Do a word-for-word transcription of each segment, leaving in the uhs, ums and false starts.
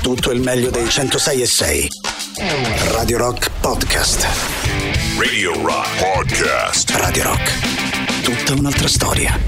tutto il meglio dei centosei e sei. Radio Rock Podcast. Radio Rock Podcast. Radio Rock. Tutta un'altra storia.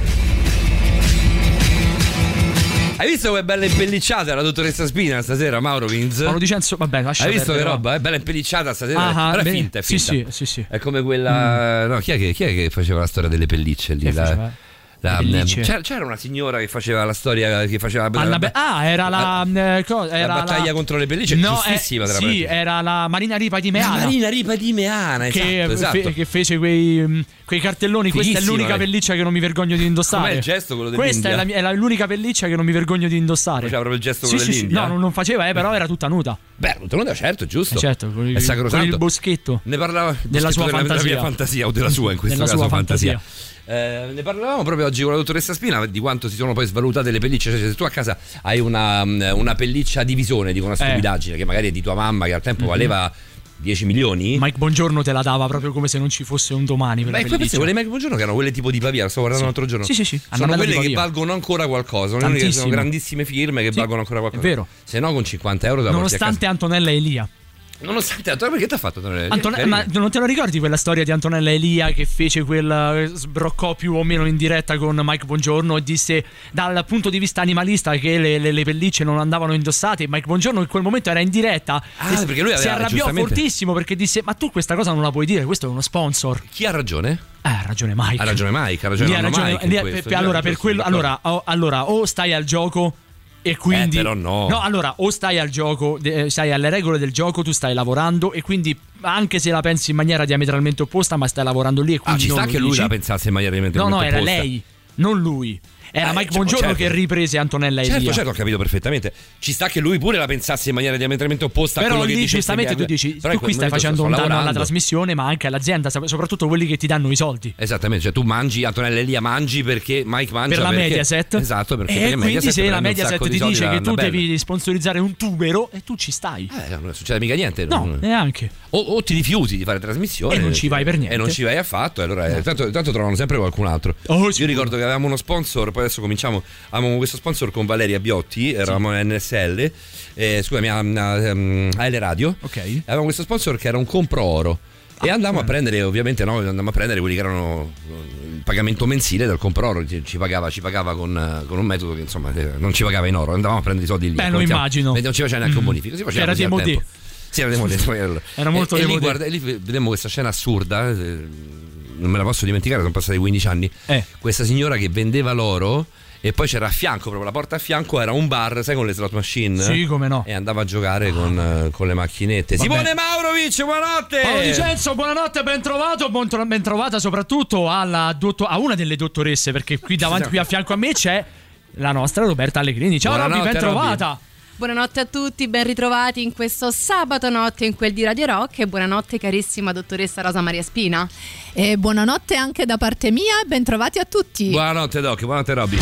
Hai visto che bella impellicciata la dottoressa Spina stasera, Mauro Vinz? Mauro Dicenzo, vabbè, lascia Hai visto perdere, che no? roba? È bella impellicciata stasera. Ah, Però è beh, finta, è finta. Sì, sì, sì, sì. È come quella. Mm. No, chi è, che, chi è che faceva la storia delle pellicce lì? Che La... faceva? La, c'era, c'era una signora che faceva la storia che faceva Alla la, be- ah era la, la, eh, co- era la battaglia la... contro le pellicce, no, giustissima eh, tra sì, era la Marina Ripa di Meana. La Marina Ripa di Meana, che, esatto, esatto. Fe- che fece quei, quei cartelloni. Fighissima, questa è l'unica eh. pelliccia che non mi vergogno di indossare. Com'è il gesto quello Questa è, la, è la, l'unica pelliccia che non mi vergogno di indossare. Faceva proprio il gesto sì, quello sì, dell'India? sì. No, non faceva, eh, però era tutta nuda. Beh, tutta nuda, certo, giusto. Eh certo, con il, è sacrosanto. con il boschetto. Ne parlava della sua della, fantasia. della mia fantasia o della sua in questo della caso sua fantasia. fantasia. Eh, ne parlavamo proprio oggi con la dottoressa Spina di quanto si sono poi svalutate le pellicce. Cioè, se tu a casa hai una, una pelliccia di visone, di una stupidaggine eh. che magari è di tua mamma, che al tempo mm-hmm. valeva dieci milioni. Mike Bongiorno te la dava proprio come se non ci fosse un domani. Per Beh, poi penso quelle Mike Bongiorno che erano quelle tipo di Pavia, lo stavo guardando sì. l'altro giorno. Sì, sì, sì. Sono quelle che valgono ancora qualcosa. Sono, che sono grandissime firme che sì. valgono ancora qualcosa. È vero. Se no con cinquanta euro da nonostante Antonella Elia. Nonostante Antonella, perché ti ha fatto Antonella Elia? Antone- ma non te lo ricordi quella storia di Antonella Elia che fece quel sbroccò più o meno in diretta con Mike Bongiorno e disse dal punto di vista animalista che le, le, le pellicce non andavano indossate. Mike Bongiorno in quel momento era in diretta ah, e perché lui aveva, si arrabbiò giustamente... fortissimo perché disse ma tu questa cosa non la puoi dire, questo è uno sponsor. Chi ha ragione? Eh, ha ragione Mike. Ha ragione Mike, ha ragione, ha ragione Mike lì, questo, per, allora giusto, per quello allora o, allora o stai al gioco e quindi eh, però no. no, allora o stai al gioco, eh, stai alle regole del gioco, tu stai lavorando e quindi anche se la pensi in maniera diametralmente opposta, ma stai lavorando lì e quindi ah, ci sta che lui dici. la pensasse in maniera diametralmente opposta. No, no, opposta. era lei, non lui. Era eh, Mike cioè, Bongiorno certo. che riprese Antonella Elia. Certo, certo, ho capito perfettamente. Ci sta che lui pure la pensasse in maniera diametralmente opposta però a quello lì che dice giustamente tu dici però tu qui stai facendo un danno lavorando. alla trasmissione ma anche all'azienda, soprattutto quelli che ti danno i soldi. Esattamente, cioè tu mangi, Antonella Elia mangi perché Mike mangia per la perché... Mediaset. Esatto, perché, e perché quindi Mediaset se la Mediaset ti dice che tu bella. devi sponsorizzare un tubero e tu ci stai. Eh, non succede mica niente. No, non... neanche. O, o ti rifiuti di fare trasmissione e non ci vai per niente. E non ci vai affatto. E allora no. tanto, tanto trovano sempre qualcun altro. Oh, io ricordo che avevamo uno sponsor, poi adesso cominciamo. Avevamo questo sponsor con Valeria Biotti, eravamo sì. N S L, eh, scusami, a, a, a L Radio. Ok. Avevamo questo sponsor che era un compro oro. Ah, e andavamo eh. a prendere, ovviamente, no, andavamo a prendere quelli che erano il pagamento mensile del compro oro. Ci pagava, ci pagava con, con un metodo che insomma non ci pagava in oro, andavamo a prendere i soldi lì. Beh, lo immagino. E non ci faceva neanche mm. un bonifico. Si faceva era così al tempo. Sì, era, era, era molto e, e, lì, demodé. guarda, e lì vedemmo questa scena assurda, eh, non me la posso dimenticare, sono passati quindici anni. Eh. Questa signora che vendeva l'oro e poi c'era a fianco, proprio la porta a fianco era un bar, sai, con le slot machine. Sì, come no. E andava a giocare con, uh, con le macchinette. Vabbè. Simone Maurovic, buonanotte. Paolo Dicenzo, buonanotte, ben trovato, ben trovata soprattutto alla dottor- a una delle dottoresse, perché qui davanti, qui a fianco a me c'è la nostra Roberta Allegrini. Ciao Robby, ben trovata. Robby. Buonanotte a tutti, ben ritrovati in questo sabato notte in quel di Radio Rock e buonanotte carissima dottoressa Rosa Maria Spina. E buonanotte anche da parte mia e ben trovati a tutti. Buonanotte Doc, buonanotte Robby.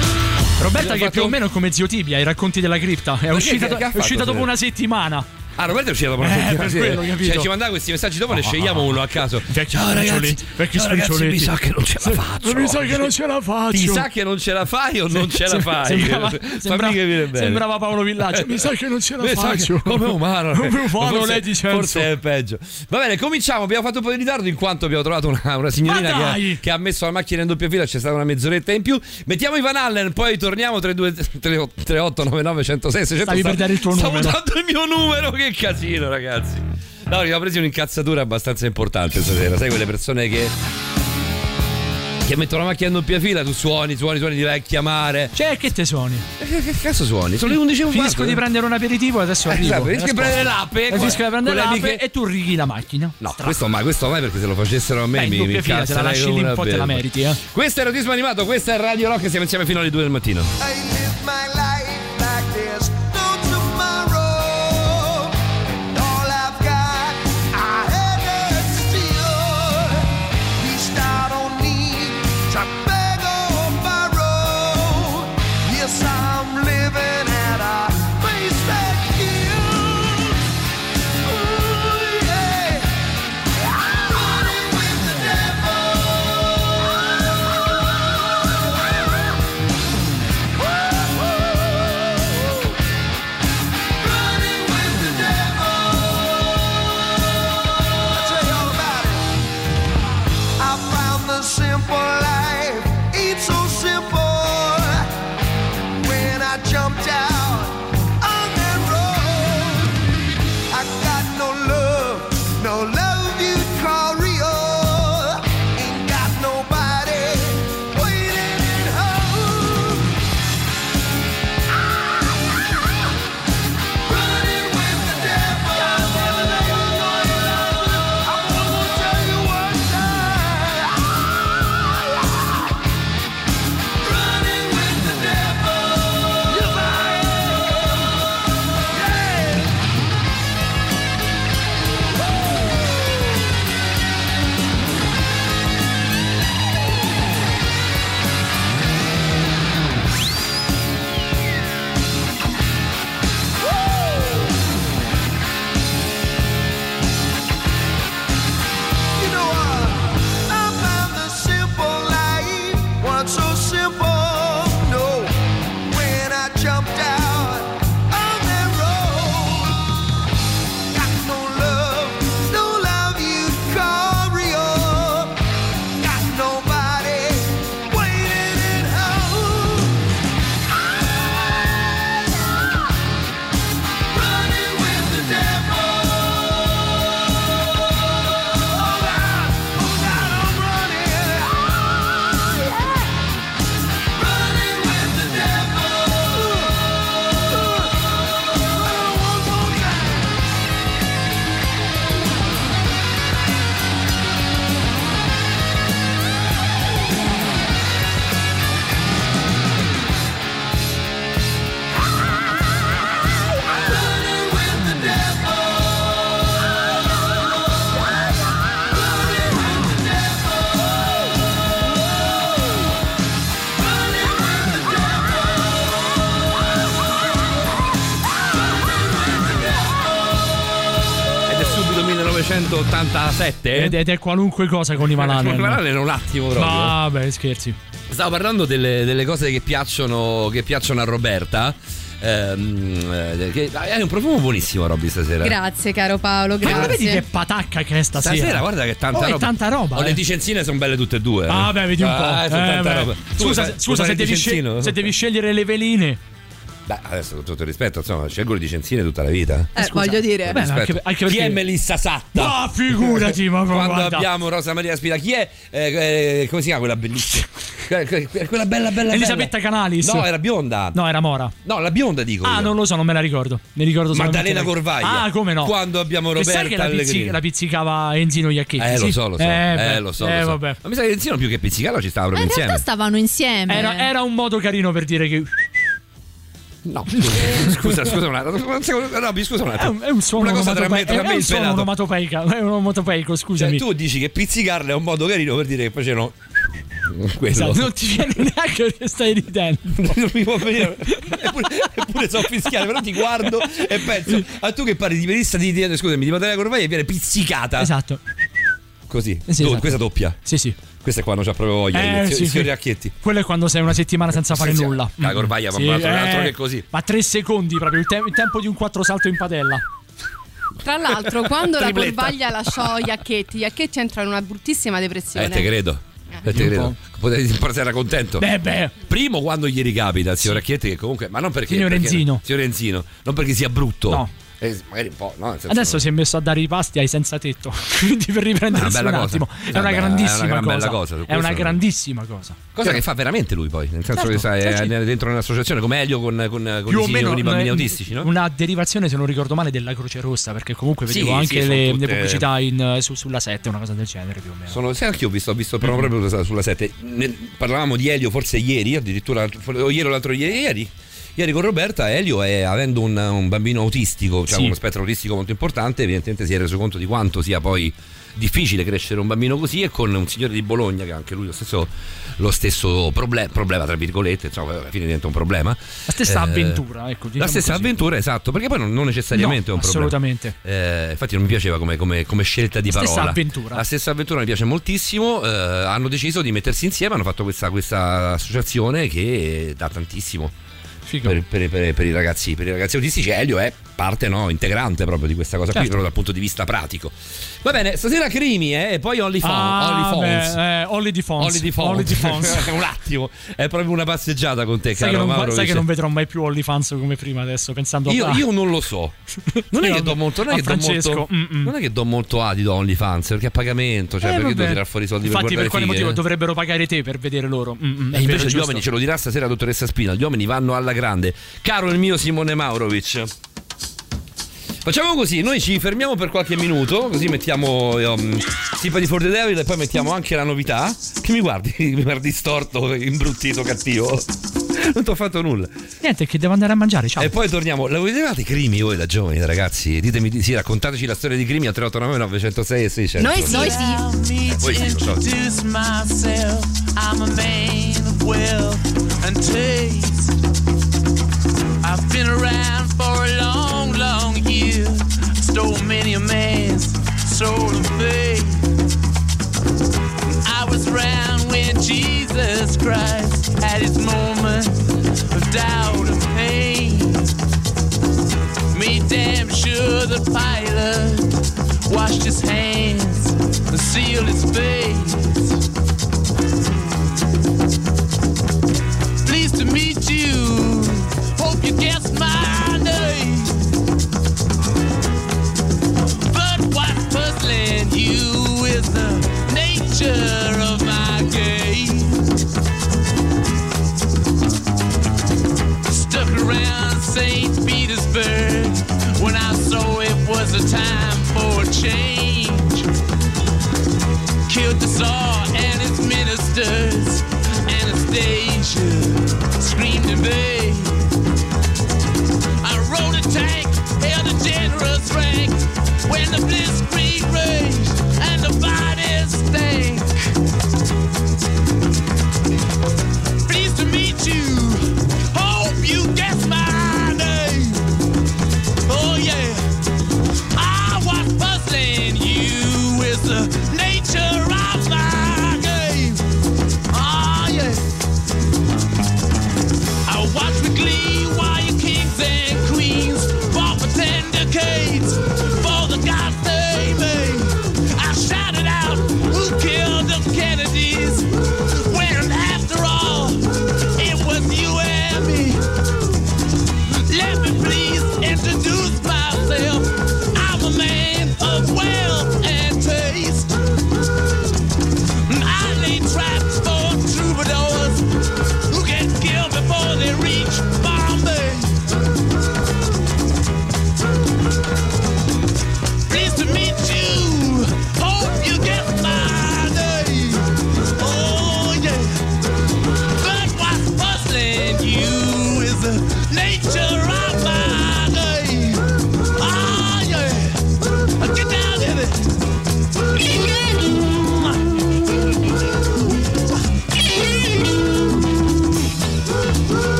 Roberta che fatto... più o meno come Zio Tibia, i racconti della cripta, è uscita, do- è uscita dopo una settimana. Ah, Roberto è uscito dopo una eh, settimana. Per quello, capito? Cioè, ci mandava questi messaggi dopo, ne scegliamo uno a caso. Ciao ragazzi, vecchi ciao, ragazzi, mi sa che non ce la faccio. Mi sa che non ce la faccio. Ti sa che non ce la fai o non ce la fai? Sembrava, sembrava, bene. sembrava Paolo Villaggio. Mi sa che non ce la mi faccio. Come umano. Come umano, forse, lei dice. Forse è peggio. Va bene, cominciamo. Abbiamo fatto un po' di ritardo in quanto abbiamo trovato una, una signorina che, che ha messo la macchina in doppia fila. C'è stata una mezz'oretta in più. Mettiamo i Van Allen, poi torniamo. tre due tre otto nove nove uno zero sei sei. Stavi per dare il tuo numero. Stavo dando il mio numero. Che casino, ragazzi. No, abbiamo preso un'incazzatura abbastanza importante stasera. Sai, quelle persone che che mettono la macchina in doppia fila, tu suoni, suoni, suoni, ti vai a chiamare. Cioè, che te suoni? Che, che cazzo suoni? Sono le undici e un quarto. Finisco di prendere un aperitivo e adesso arrivo. Esatto, finisco di prendere l'ape. Finisco di prendere l'ape amiche... e tu righi la macchina. No, Stra- questo mai, questo mai perché se lo facessero a me Beh, mi, mi fila, se la lasci lì un po' te la meriti, eh. Questo è Erotismo Animato, questa è Radio Rock, siamo insieme fino alle due del mattino. I live my life like there's no tomorrow. All I've got, I had to steal. Reached out on me, tried to beg or borrow. Yes, I'm living at a place that kills. Ooh, yeah. I'm running with the devil. Woo, woo. millenovecentottantasette ed, ed è qualunque cosa con i Malan. I Malan era un attimo proprio. Vabbè, scherzi. Stavo parlando delle, delle cose che piacciono, che piacciono a Roberta. Ehm, che, hai un profumo buonissimo, Robby, stasera. Grazie, caro Paolo. Ma Grazie. vedi che patacca che è stasera? Stasera, guarda che tanta oh, roba. È tanta roba. Oh, eh. le ticenzine sono belle tutte e due. Eh. Ah, beh, vedi un po'. Ah, sono eh, tanta beh. roba. Tu Scusa, fai- scusa fai se, il devi ticenzino? scel- se devi scegliere le veline. Beh, adesso con tutto il rispetto, insomma, scelgo le licenzine tutta la vita. Eh, voglio dire. Beh, Rispetto. anche, anche Chi perché... è Melissa Satta? Ah, figurati, ma Quando guarda. abbiamo Rosa Maria Spina, chi è? Eh, eh, come si chiama quella bellissima? Que- que- quella bella bella Elisabetta bella. Canalis. No, era bionda. No, era Mora. No, la bionda dico. Ah, io. non lo so, non me la ricordo. Ne ricordo solamente Maddalena lei. Corvaia. Ah, come no? Quando abbiamo Che Roberta sai che la, pizzi- Allegrini. la pizzicava Enzino Iacchetti? Eh, sì? lo so, lo so. Eh, Eh, beh, lo so, eh, lo so. vabbè. Ma mi sa che Enzino più che pizzicarlo ci stava Ma proprio in realtà insieme. stavano insieme. Era, era un modo carino per dire che No, scusa, scusa un attimo. un secondo, Robby, scusa un è attimo. un, è un suono Una cosa tra me, onomatopeico. tra me È e un il suono pelato. onomatopeico, è un onomatopeico, Cioè, scusami. tu dici che pizzicarle è un modo carino per dire che facevano quello. Esatto, non ti viene neanche che stai ridendo. Non mi può venire. Eppure, eppure so fischiare, però ti guardo e penso a tu che parli di perista di, di scusami, di Maddalena Corvaia e viene pizzicata. Esatto. Così. Eh sì, Do- esatto. Questa doppia. Sì, sì. Questa è quando c'ha proprio voglia. Eh, il sì, signor sì. Racchetti. Quello è quando sei una settimana senza fare Senza- nulla. La Corvaia, Sì, ma altro, eh, altro che così. Ma tre secondi proprio, il, te- il tempo di un quattro salto in padella. Tra l'altro, quando la Tripletta. Corvaglia lasciò Iacchetti, Iacchetti entrò in una bruttissima depressione. Eh, te credo. Eh, te credo. Potevi se era contento. Beh, beh. Primo quando gli ricapita il signor Racchetti, che comunque. Ma non perché. Signor perché- Enzino. Signor Enzino. Non perché sia brutto. No. Eh, magari un po', no? Nel senso- Adesso si è messo a dare i pasti ai senza tetto. Quindi per riprendersi È una bella un cosa. attimo. Eh, È una beh, grandissima è una gran cosa. bella cosa, su È questo una non- grandissima cosa. Cosa che fa veramente lui poi, nel senso Certo, che sai, sì, è sì. dentro nell'associazione come Elio con, con, con, Più i, o sì- meno con i bambini eh, autistici, no? una derivazione, se non ricordo male, della Croce Rossa, perché comunque Sì, vedevo anche sì, sono le, tutte- le pubblicità in, su- sulla sette, una cosa del genere più o meno. Sono, sì, anche io ho visto, ho visto proprio, Mm-hmm. proprio sulla sette. Ne- parlavamo di Elio forse ieri, addirittura o ieri o l'altro ieri, ieri. Ieri con Roberta, Elio è, avendo un, un bambino autistico, cioè Sì. uno spettro autistico molto importante, evidentemente si è reso conto di quanto sia poi difficile crescere un bambino così, e con un signore di Bologna che ha anche lui lo stesso, lo stesso proble- problema, tra virgolette, insomma, alla fine diventa un problema. La stessa Eh, avventura, ecco. La diciamo stessa così. avventura, esatto, perché poi non, non necessariamente No, è un problema. assolutamente. Eh, infatti non mi piaceva come, come- come scelta di La stessa parola. avventura. La stessa avventura mi piace moltissimo. eh, hanno deciso di mettersi insieme, hanno fatto questa, questa associazione che dà tantissimo Figo. per, per- per- per i ragazzi, per i ragazzi autistici. Elio è parte, no, integrante proprio di questa cosa qui, Certo. proprio dal punto di vista pratico. Va bene, stasera Crimi, eh, e poi Only Ah, Phones. beh, eh, Only di Fons. Only di Phones. Only di Fons. un attimo, è proprio una passeggiata con te, Sai, che caro non, Mauro. sai che Vice- non vedrò mai più OnlyFans come prima adesso, pensando Io, a io non lo so. Non è Io che do molto, non è a che do Francesco, molto, mm-mm. non è che do molto adito a OnlyFans, perché a pagamento, cioè Eh, perché vabbè. devo tirare fuori i soldi Infatti, per per guardare quale fighe, motivo eh? dovrebbero pagare te per vedere loro? Mm-mm, è E vero, invece gli giusto. uomini, ce lo dirà stasera dottoressa Spina, gli uomini vanno alla grande. Caro il mio Simone Maurovic, facciamo così, noi ci fermiamo per qualche minuto, così mettiamo um, Sympathy for the Devil e poi mettiamo anche la novità. Che mi guardi, mi guardi storto, imbruttito, cattivo. Non ti ho fatto nulla. Niente, che devo andare a mangiare, ciao. E poi torniamo. La vedevate Crimi voi da giovani, ragazzi? Ditemi di sì, raccontateci la storia di Crimi a tre otto nove nove zero sei e seicento. Noi sì. Noi sì. Voi sì, lo so. Introduce myself. I'm a man of wealth and taste. I've been around for a long, long year. Stole many a man's soul of faith. I was around when Jesus Christ had his moment of doubt and pain. Made damn sure the pilot washed his hands and sealed his face. Pleased to meet you. Hope you guessed my name. But what's puzzling you is the nature of my game. Stuck around Saint Petersburg when I saw it was a time for a change. Killed the Tsar and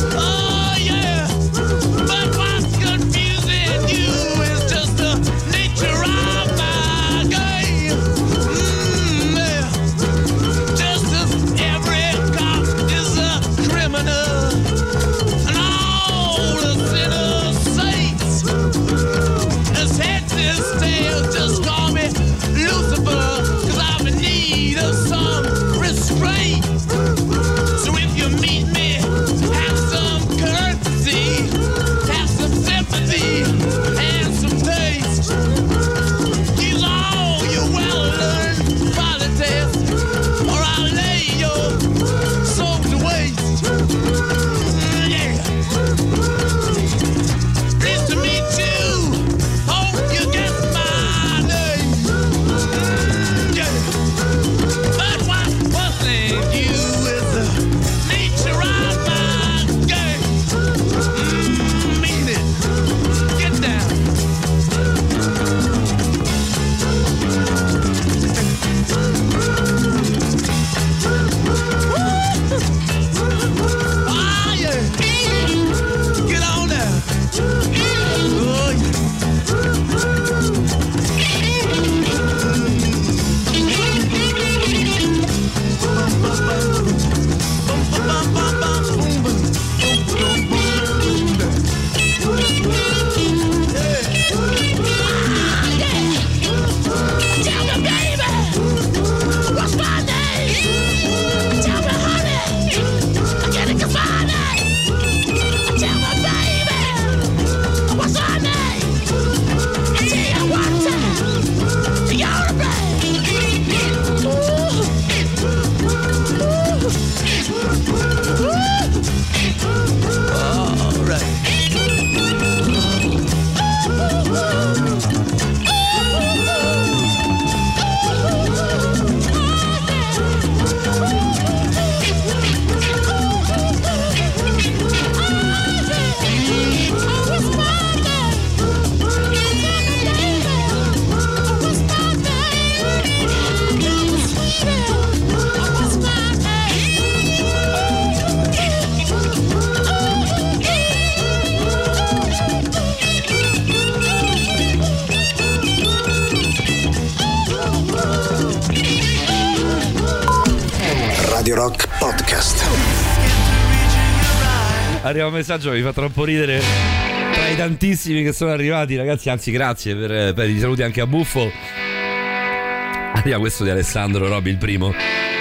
Oh yeah, but what's confusing you is just the nature of my game. Mm, yeah. Just as every cop is a criminal, and all the sinners saints. As heads and tails, just call me Lucifer, 'cause I'm in need of some restraint. So if you meet me, have some courtesy, have some sympathy, and some taste. Use all your well-learned politics, or I'll lay your soul to waste. Mm, yeah. Pleased to meet you. Hope you get my name. Mm, yeah. But what's puzzling you is the nature of my game. Mm, mean it. Get down. Ah, yeah. Get on down. Oh, yeah. Tell me, baby, what's my name? Tell me, honey, get it, 'cause my name. Tell me, baby, what's my name? I tell you one time, you're to blame. All right. Radio Rock Podcast. Arriva un messaggio che mi fa troppo ridere. Tra i tantissimi che sono arrivati, ragazzi, anzi grazie per, per i saluti anche a Buffo. Arriva questo di Alessandro Robi, il primo.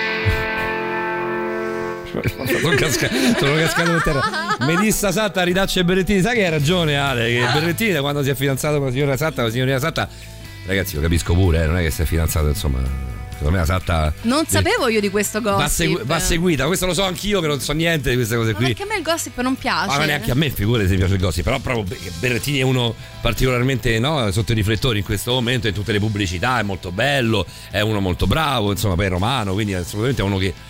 Sono, casca- sono cascato per terra. Melissa Satta ridaccia e Berrettini. Sai che hai ragione, Ale, che Berrettini da quando si è fidanzato con la signora Satta, con la signorina Satta, ragazzi, lo capisco pure, eh, non è che si è fidanzato, insomma. Secondo me la Satta Non sapevo io di questo gossip. va, segu- va seguita, questo lo so anch'io che non so niente di queste cose Ma qui. perché a me il gossip non piace. Ah, ma neanche a me, figurati se mi piace il gossip. Però proprio perché Berrettini è uno particolarmente, no, sotto i riflettori in questo momento, in tutte le pubblicità, è molto bello, è uno molto bravo, insomma, poi è romano, quindi assolutamente è uno che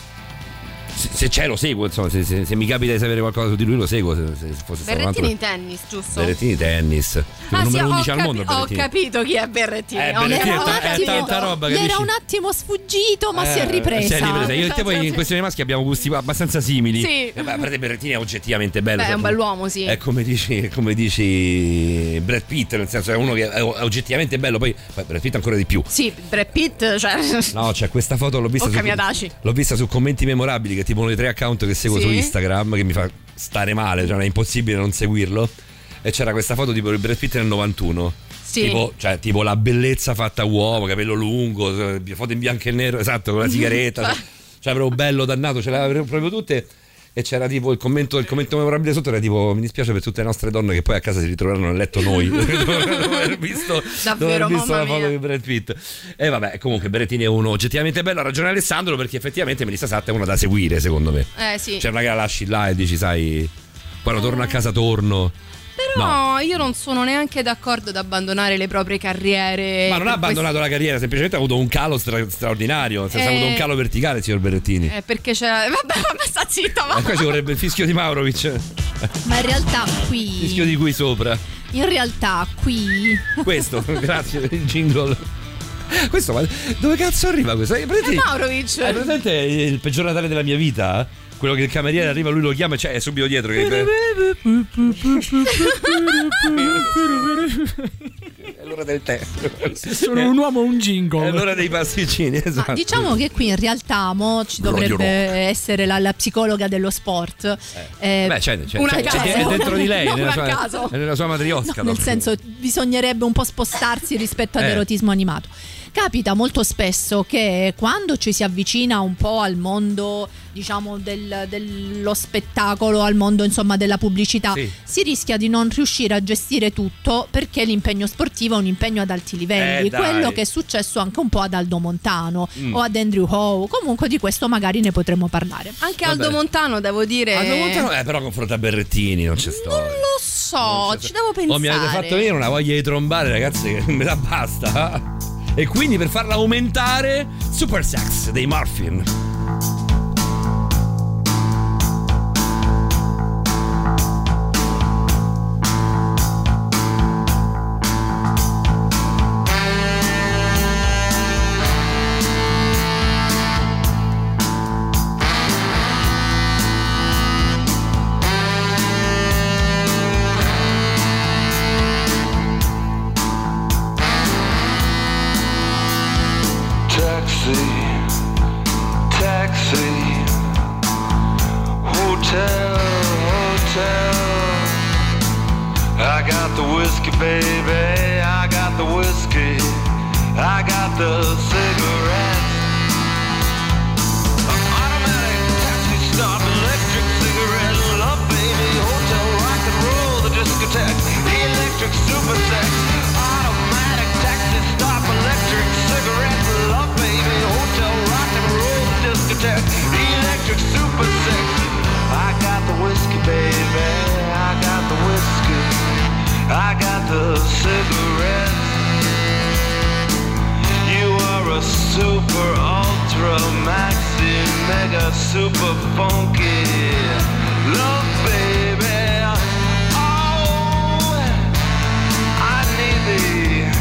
se, se c'è lo seguo, insomma, se, se, se mi capita di sapere qualcosa su di lui lo seguo. Se, se fosse stato un altro... Berrettini tennis, giusto? Berrettini tennis, Ah, numero sì, undici ho al mondo. capi- ho Berrettini. capito chi è Berrettini. Eh, Ho Berrettini un è ta- è attimo. tanta roba, Le era capisci? un attimo sfuggito, ma si è Eh, ripresa. si è ripresa. Io e te poi in questione maschi abbiamo gusti abbastanza simili. Sì. Eh, beh, a parte Berrettini è oggettivamente bello. Beh, è un cioè, bell'uomo, sì. È come dici, come dici Brad Pitt, nel senso è uno che è oggettivamente bello, poi, poi Brad Pitt ancora di più. Sì, Brad Pitt, cioè... No, c'è questa foto, l'ho vista, Oh, su, Camiadaci. l'ho vista su Commenti Memorabili, che è tipo uno dei tre account che seguo Sì. su Instagram, che mi fa stare male, cioè è impossibile non seguirlo. E c'era questa foto tipo di Brad Pitt nel novantuno. Sì. Tipo, cioè, tipo la bellezza fatta uomo, capello lungo, foto in bianco e nero, esatto, con la sigaretta. cioè, cioè, proprio bello, dannato, ce l'aveva proprio tutte. E c'era tipo il commento, il commento memorabile sotto era tipo: mi dispiace per tutte le nostre donne che poi a casa si ritroveranno nel letto noi. dopo aver visto, Davvero, dopo aver visto mamma la foto mia. di Brad Pitt. E vabbè, comunque Berrettini è uno oggettivamente bello. Ha ragione Alessandro, perché effettivamente Melissa Satta è una da seguire, secondo me. Eh sì. Cioè, non è che la lasci là e dici, sai, quando torno a casa torno. Però io non sono neanche d'accordo ad abbandonare le proprie carriere. Ma non ha per abbandonato la carriera, semplicemente ha avuto un calo stra- straordinario. Nel senso, ha Eh. avuto un calo verticale, signor Berrettini. questo- Eh, perché c'è. Vabbè, vabbè, sta zitta, E ma. qua ci vorrebbe il fischio di Maurovic. Ma in realtà Fischio qui, di qui sopra. in realtà qui, Questo, grazie per il jingle. Questo, ma dove cazzo arriva questo? Hai presente, Maurovic. hai presente il peggior Natale della mia vita? quello che il cameriere arriva, lui lo chiama, cioè è subito dietro che è l'ora del tè. Sono un uomo, un jingle. È l'ora dei pasticcini, esatto. Ma diciamo che qui in realtà mo ci dovrebbe essere la, la psicologa dello sport. Eh. Eh, Beh, c'è, c'è, una c'è, caso. c'è, è dentro di lei, Non nella a sua, caso. è nella sua matriosca. No, nel senso, bisognerebbe un po' spostarsi rispetto ad Eh. erotismo animato. Capita molto spesso che quando ci si avvicina un po' al mondo, diciamo, del, dello spettacolo, al mondo insomma della pubblicità, Sì. si rischia di non riuscire a gestire tutto, perché l'impegno sportivo è un impegno ad alti livelli, Eh, dai. quello che è successo anche un po' ad Aldo Montano Mm. o ad Andrew Howe. Comunque di questo magari ne potremo parlare. Anche Vabbè. Aldo Montano, devo dire. Aldo Montano, eh, però confronta Berrettini, non c'è storia. Non lo so, ci devo pensare. Oh, mi avete fatto venire una voglia di trombare, ragazzi, che me la basta. E quindi per farla aumentare, Super Sex dei Morphin. Taxi, taxi, hotel, hotel. I got the whiskey, baby, I got the whiskey, I got the cigarettes. Automatic taxi stop, electric cigarette, love, baby, hotel, rock and roll, the discotheque, the electric super sex. Automatic taxi stop, electric cigarette, love, baby, hotel, rock and roll, the discotheque, the electric super sex. I got the whiskey, baby, I got the whiskey, I got the cigarettes. You are a super ultra maxi mega super funky love, baby. Oh, I need the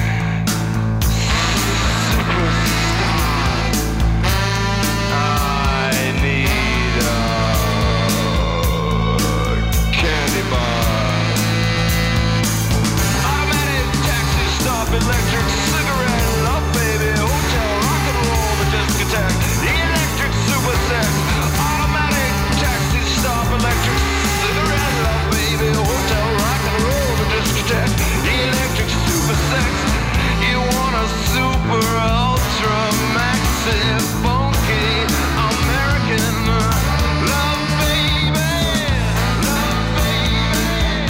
superstar. I need a candy bar. Automatic taxi stop, electric cigarette, love, baby, hotel, rock and roll, the discotheque, the electric super sex. Automatic taxi stop, electric cigarette, love, baby, hotel, rock and roll, the discotheque, the electric super sex. You want a super ultra maxi funky American love, baby, love, baby.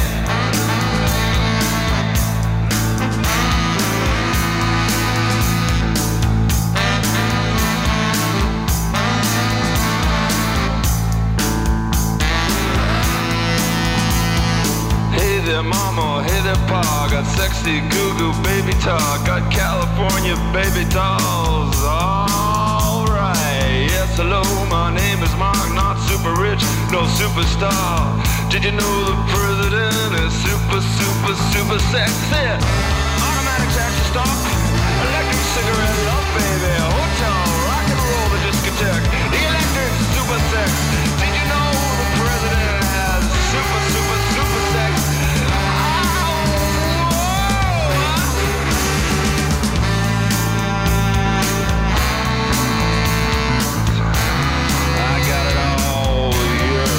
Hey there mama, hey there pa, got sexy goo-goo baby talk, got California baby dolls, alright. Yes, hello, my name is Mark, not super rich, no superstar. Did you know the president is super, super, super sexy? Automatic taxi stop, electric cigarette, love, baby, hotel, rock and roll, the discotheque, the electric super sex. Did you know the president has super, super, super sex? I got it all year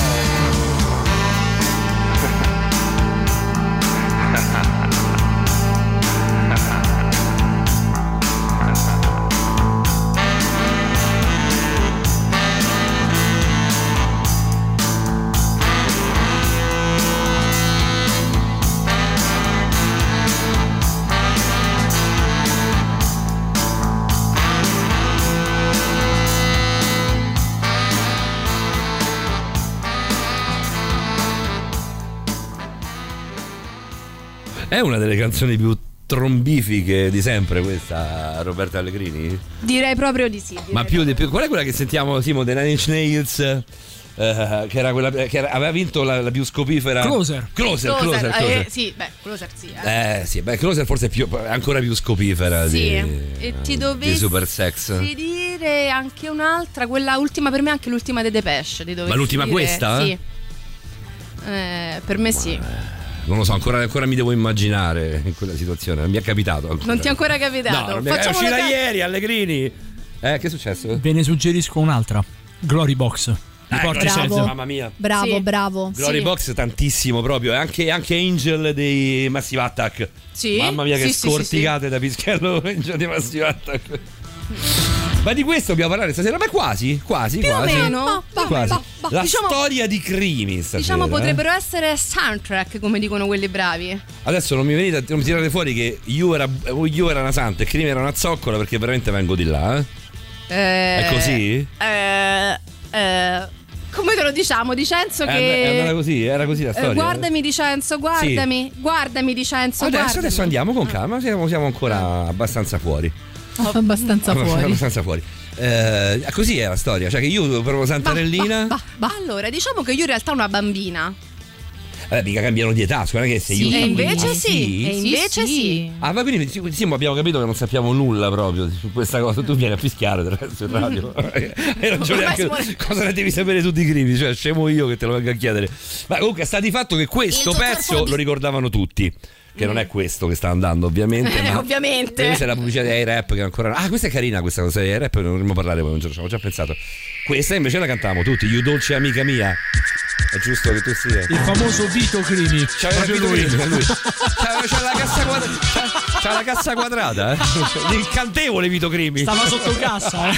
È una delle canzoni più trombifiche di sempre questa, Roberta Allegrini? Direi proprio di sì. direi Ma più di proprio. più. Qual è quella che sentiamo, Simo, dei Nine Inch Nails? eh, che era quella che era- aveva vinto la, la più scopifera. Closer. Closer, Closer, Closer, eh, Closer. sì, beh, Closer sì. Eh. Eh sì, beh, Closer forse è più, è ancora più scopifera Sì, di, e ti di dovessi Super Sex. dire dire anche un'altra, quella ultima per me, anche l'ultima dei Depeche. Di Ma l'ultima dire. questa? Sì. Eh, per me sì. Non lo so, ancora, ancora mi devo immaginare in quella situazione. Non mi è capitato ancora. Non ti è ancora capitato? No, non mi è, è Facciamo uscita le- ieri, Allegrini. Eh, che è successo? Ve ne suggerisco un'altra. Glory Box. Di Eh, Portishead. bravo. Mamma mia. Bravo, Sì. bravo. Glory Sì. Box tantissimo proprio. E anche, anche Angel dei Massive Attack. Sì. Mamma mia, che Sì, sì, scorticate da Pischello Angel dei Massive Attack. Ma di questo dobbiamo parlare stasera? Beh, quasi, quasi, Più o quasi. meno. Ma- ma- Quasi. ma- ma- La diciamo- storia di Crimi stasera. Diciamo eh. potrebbero essere soundtrack, come dicono quelli bravi. Adesso non mi venite, non mi tirate fuori che io era, io era una santa e Crimi era una zoccola, perché veramente vengo di là. Eh? Eh, È così? Eh, eh, come te lo diciamo, Dicenzo? È, Che è andata così, era così la Eh, storia. guardami Dicenzo, guardami, guardami Dicenzo, Adesso, guardami. adesso andiamo con calma, siamo, siamo ancora abbastanza fuori. Abbastanza fuori. Abbastanza fuori. Eh, così è la storia, cioè che io proprio Santarellina. Bah, bah. Allora, diciamo che io in realtà ho una bambina. Vabbè, mica cambiano di età, scusa che sei Sì. io. E invece Ah, sì, e Sì, invece sì. sì. Ah, ma quindi sì, sì, ma abbiamo capito che non sappiamo nulla proprio su questa cosa. Tu vieni a fischiare del resto in radio. Hai ragione, Ormai anche si vuole- cosa ne devi sapere tu di Crimi? Cioè, scemo io che te lo vengo a chiedere. Ma comunque sta di fatto che questo Il pezzo dottor lo ricordavano tutti. Che non è questo che sta andando, ovviamente. Eh, ma ovviamente. Questa è la pubblicità di A$AP che ancora. Ah, questa è carina questa cosa di A$AP, ne dovremmo parlare poi un giorno, ci avevo già pensato. Questa invece la cantavamo tutti, You dolce amica mia. È giusto che tu sia. Il famoso Vito Crimi. C'aveva Proprio Vito lui. Crimi, lui. C'aveva, c'ha la cassa quadrata. C'ha, c'ha la cassa quadrata, eh. L'incantevole Vito Crimi. Stava sotto cassa, eh.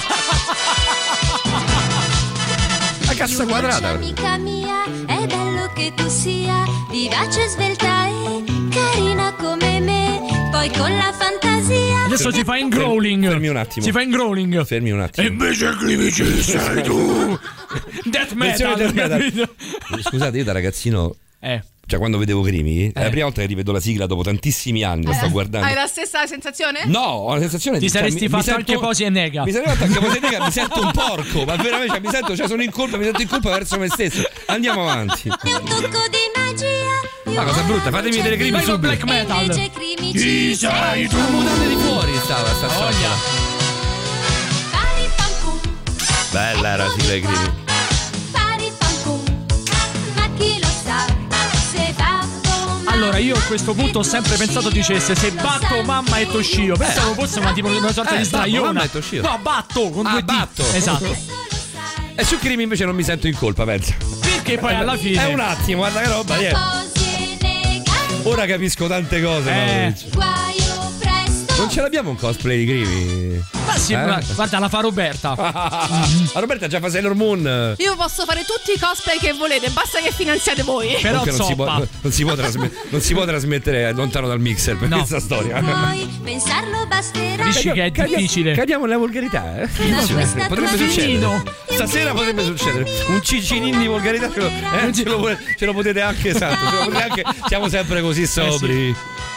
La cassa quadrata. Amica mia, è bello che tu sia vivace, svelta e carina come me. Poi con la fantasia. Adesso si fa in growling. Fermi un attimo. Si fa in growling. Fermi un attimo. E invece Crimi ci sei tu. Death metal. Death metal. capito? Scusate, io da ragazzino, Eh. cioè quando vedevo Crimi, è la prima volta che rivedo la sigla dopo tantissimi anni, la sto guardando. Hai la stessa sensazione? No, ho la sensazione Ti di cioè, saresti mi- mi fatto sento- anche posi e nega. Mi sarei fatto anche posi e nega, mi sento un porco, ma veramente cioè, mi sento, cioè sono in colpa, mi sento in colpa verso me stesso. Andiamo avanti. È un tocco di magia. Ma cosa brutta, fatemi vedere Crimi Vai con subito. black metal. Invece Crimi Chi ci sei tu? Ma mutande di fuori stava sta Voglia. Pari pam pum. Bella era la sigla di Crimi. Pari pam pum. Ma chi lo sa se babbo mamma Allora io a questo punto ho sempre pensato dicesse se batto mamma e Toshio. Pensavo fosse una, tipo, una sorta Eh, di Babbo, sdraiona. Mamma e Toshio. No, batto con Ah, due T. batto. Esatto. E su Crimi invece non mi sento in colpa, pensa. Perché poi alla È fine un attimo, guarda che roba, niente. Posi e nega. Ora capisco tante cose, Eh. Maurizio. Guaio presto. Non ce l'abbiamo un cosplay di Crimi? Ma sì, Eh? ma- guarda, la fa Roberta. Ah, Roberta già fa Sailor Moon. Io posso fare tutti i cosplay che volete, basta che finanziate voi. Però Comunque non si, può, zoppa. non, si può trasme- non si può trasmettere lontano dal mixer per No. questa storia. Puoi pensarlo basterà. Dici che è Cadiamo- difficile. Cadiamo nella volgarità, eh? questa Potrebbe tua succedere. Fino. Stasera potrebbe succedere. Un ciccinin di volgarità ce lo, eh, ce lo, vo- ce lo potete anche, esatto. Ce lo potete anche. Siamo sempre così sobri.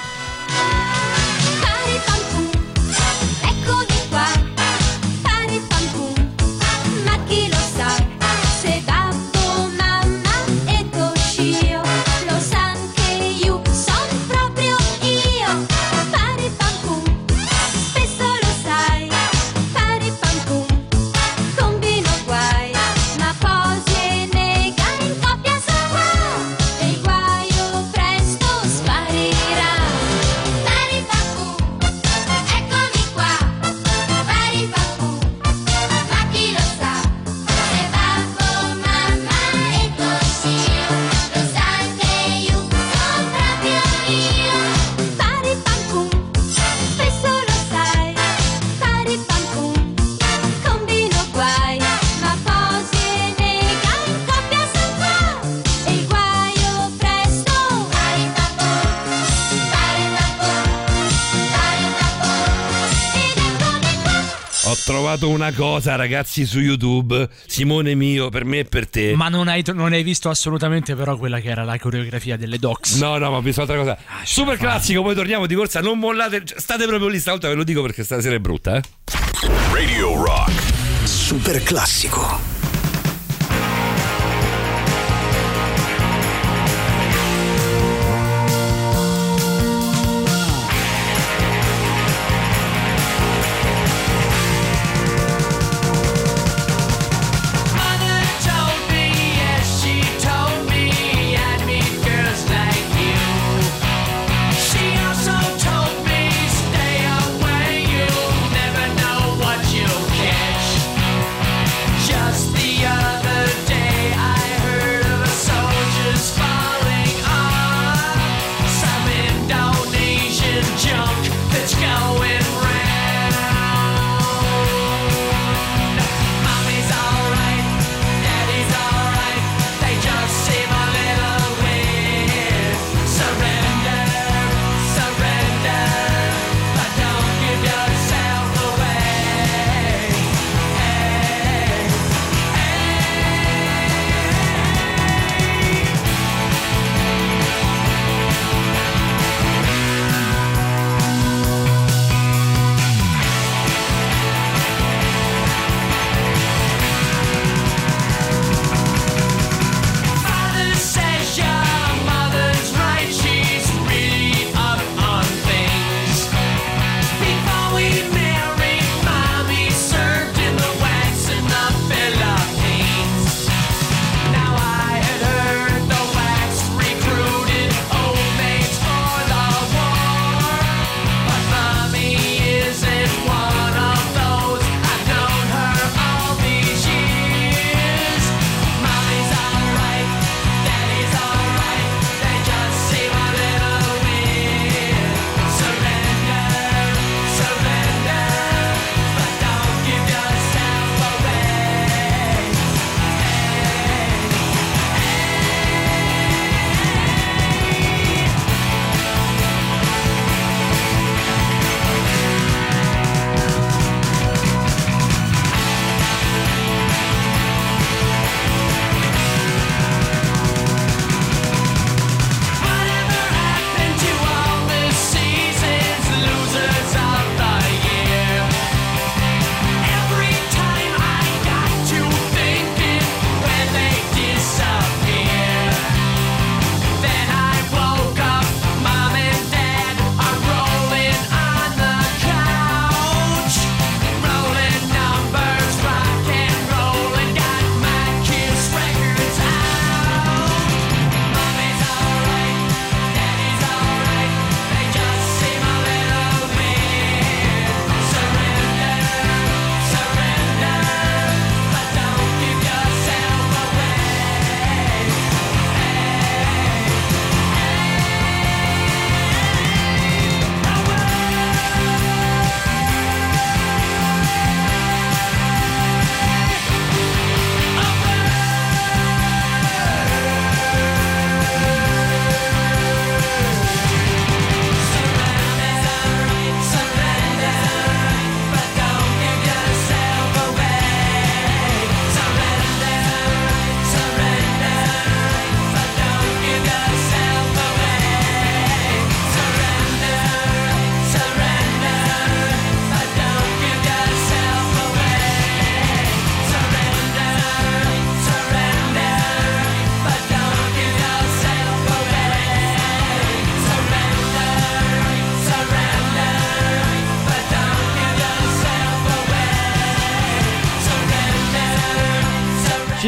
Pari pam pum. Eccomi qua. Pari pam pum. Ma chi lo sa se babbo mamma e Toshio lo sa che io son proprio io. Pari pam pum. Spesso lo sai. Pari pam pum. Combino guai. Ma posi e nega in coppia sono. E il guaio presto sparirà. Pari pam pum. Eccomi qua. Pari pam pum. Ma chi lo sa se babbo, mamma e Toshio lo sa che io son proprio io. Pari pam pum. Spesso lo sai. Pari pam pum. Combino guai. Ma posi e nega in coppia son qua. E il guaio presto. Pari pam pum. Pari pam pum. Pari pam pum. Ed eccomi qua. Ho trovato una cosa, ragazzi, su YouTube. Simone mio, per me e per te. Ma non hai, non hai visto assolutamente però quella che era la coreografia delle Docs. No, no, ma ho visto altra cosa. Super classico, poi torniamo di corsa. Non mollate, state proprio lì stavolta, ve lo dico perché stasera è brutta, eh. Radio Rock. Super classico.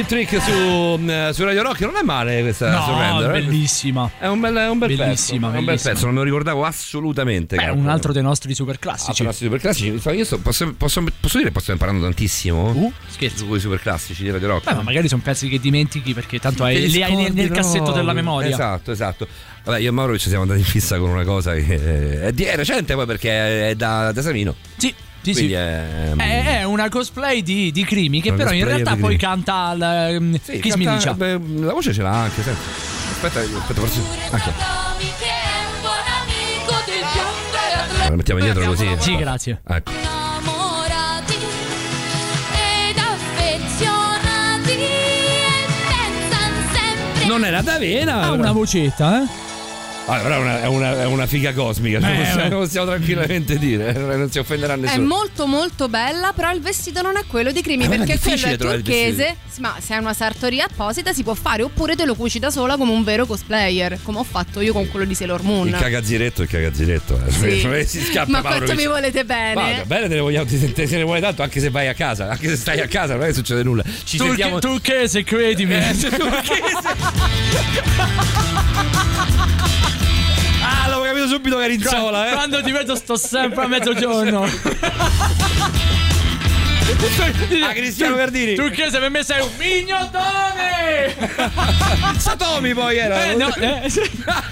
Trick su, uh, su Radio Rock, non è male questa No, Surrender. è bellissima. È un bel, è un bel Bellissima, pezzo. È un bel bellissima. pezzo, non me lo ricordavo assolutamente. Beh, cavolo. un altro dei nostri super Ah, classici. i nostri super classici. Io sto, posso, posso, posso dire che sto imparando tantissimo Uh, scherzo. su quei super classici di Radio Rock. Beh, ma magari sono pezzi che dimentichi perché tanto Te hai, li li hai nel, scordi nel cassetto proprio. della memoria. Esatto, esatto. Vabbè, io e Mauro ci siamo andati in fissa con una cosa che è, di, è recente poi perché è da, da Savino. Sì, sì, Quindi sì. è, È, è una cosplay di, di Crimi che Una però in cosplayer realtà di poi Crimi. canta al um, sì, Kiss canta- Me Licia. beh, la voce ce l'ha anche, senti. Aspetta, aspetta, forse. Ecco. La mettiamo indietro così. Sì, grazie. Ecco. Innamorati ed affezionati e pensano sempre. Non era d'avena. Ha una vocetta, eh? Allora, è una, è una, è una figa cosmica, Eh, lo possiamo, beh. lo possiamo tranquillamente dire, non si offenderà È nessuno. molto molto bella, però il vestito non è quello di Crimi, Eh, ma è perché quello difficile è trovare il turchese. Sì, ma se hai una sartoria apposita si può fare, oppure te lo cuci da sola come un vero cosplayer, come ho fatto io con quello di Sailor Moon. Il cagazziretto, il cagazziretto, eh. Sì. Non è che si scappa, Ma Mauro, quanto che mi ci- volete bene? Guarda, bene te ne vogliamo, te, te ne vuole tanto anche se vai a casa, anche se stai a casa, non è che succede nulla. Ci Turche- sentiamo. Turchese, credimi. Eh, se turchese. Ah, l'avevo capito subito che Rinzola, eh. Quando ti vedo sto sempre a mezzogiorno. Ah, Cristiano Gardini. Turchese per me sei un mignotone. Satomi poi era. Eh, no, eh, sì.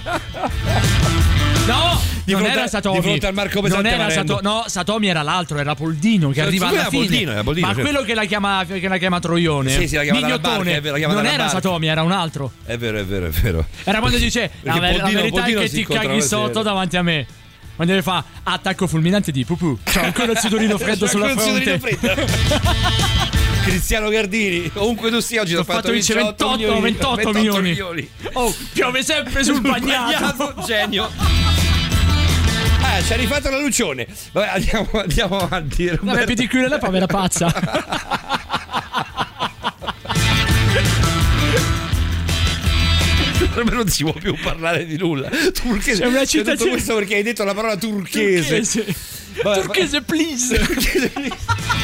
No, Di non fronte era a- Satomi. di fronte al Marco Pesante Non era Marendo. Sato- no, Satomi era l'altro, era Poldino che Sì, arriva sì, alla era fine. Poldino, era Poldino, Ma certo. quello che la chiama che la chiama Troione. Sì, sì, la chiama dalla Mignotone. barca, è vero, la chiama non dalla era barca. Satomi, era un altro. È vero, è vero, è vero. Era quando dice la, Perché ver- la Poldino- verità Poldino è che si ti incontrano caghi la sotto sera. davanti a me. Quando mi fa attacco fulminante di pupù. C'ho ancora il sudorino freddo C'ho sulla ancora il fronte. sudorino freddo. Cristiano Gardini, ovunque tu sia oggi ti Ho ho fatto fatto vincere ventotto ventotto, milioni, ventotto milioni. Oh, piove sempre sul bagnato. Genio. Ah, ci ha rifatto la Lucione. Vabbè, andiamo, andiamo avanti. Vabbè, Roberto. più di qui la povera pazza. Per me non si può più parlare di nulla. Turchese. C'è una C'è citazione- tutto questo perché hai detto la parola turchese. Turchese, Vabbè, Turchese, please. Turchese, please.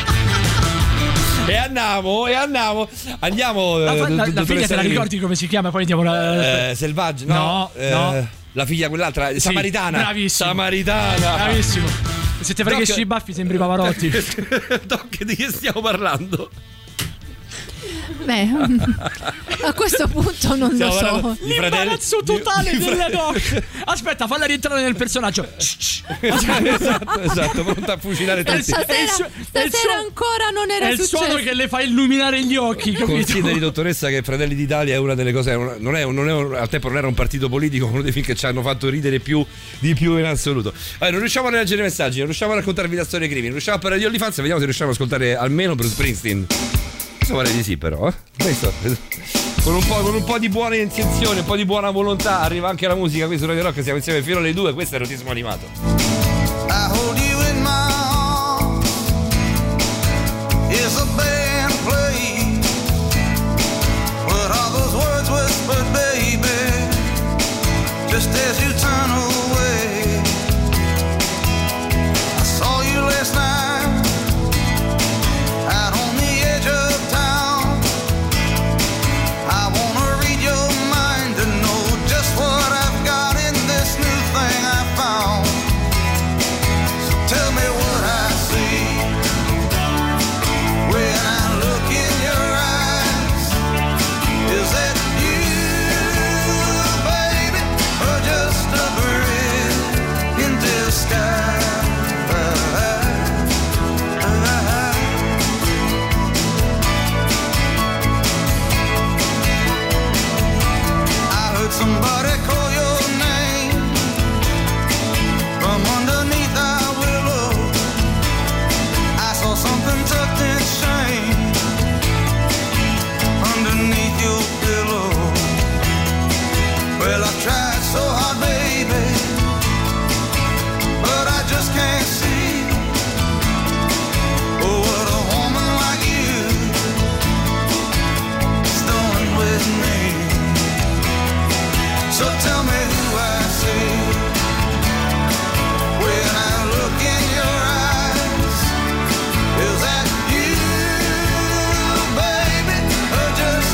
E andiamo, e andiamo. Andiamo. La, eh, la- la dottoressa figlia te la Gardini. ricordi come si chiama? Poi andiamo la... Eh, selvaggio, no, No, eh, no. La figlia quell'altra, Sì, Samaritana. bravissimo. Samaritana. Bravissimo. Se ti freghi Doc- i baffi sembri Pavarotti. Doc, di che stiamo parlando? Beh, a questo punto non Stiamo lo parlando so. di fratelli- L'imbarazzo totale di- di della fratelli- Doc. Aspetta, falla rientrare nel personaggio. esatto, esatto, pronta a fucilare tutti. Stasera, È il suo- è il stasera suo- ancora non era È il successo. suono che le fa illuminare gli occhi, capito? Consideri, dottoressa, che Fratelli d'Italia è una delle cose. è una- non è, non è un- al tempo non era un partito politico, uno dei film che ci hanno fatto ridere più di più in assoluto. Allora, non riusciamo a leggere i messaggi, non riusciamo a raccontarvi la storia dei crimini, non riusciamo a parlare di OnlyFans, vediamo se riusciamo ad ascoltare almeno Bruce Springsteen. Questo pare di sì, però. Eh? Questo, con, un po', con un po' di buona intenzione, un po' di buona volontà, arriva anche la musica qui su Radio Rock. Siamo insieme fino alle due. Questo è Erotismo Animato. I hold you in my arms. Is a band playing? What are those words whispered, baby? Just as you turn away. I saw you last night out on the edge of town. I wanna read your mind to know just what I've got in this new thing I found. So tell me what I see when I look in your eyes. Is that you, baby, or just a bird in disguise? I heard somebody call your name from underneath our willow. I saw something tucked in shame underneath your pillow. Well, I've tried so hard, baby, but I just can't see. Oh, what a woman like you is doing with me. So tell me who I see when I look in your eyes. Is that you, baby, or just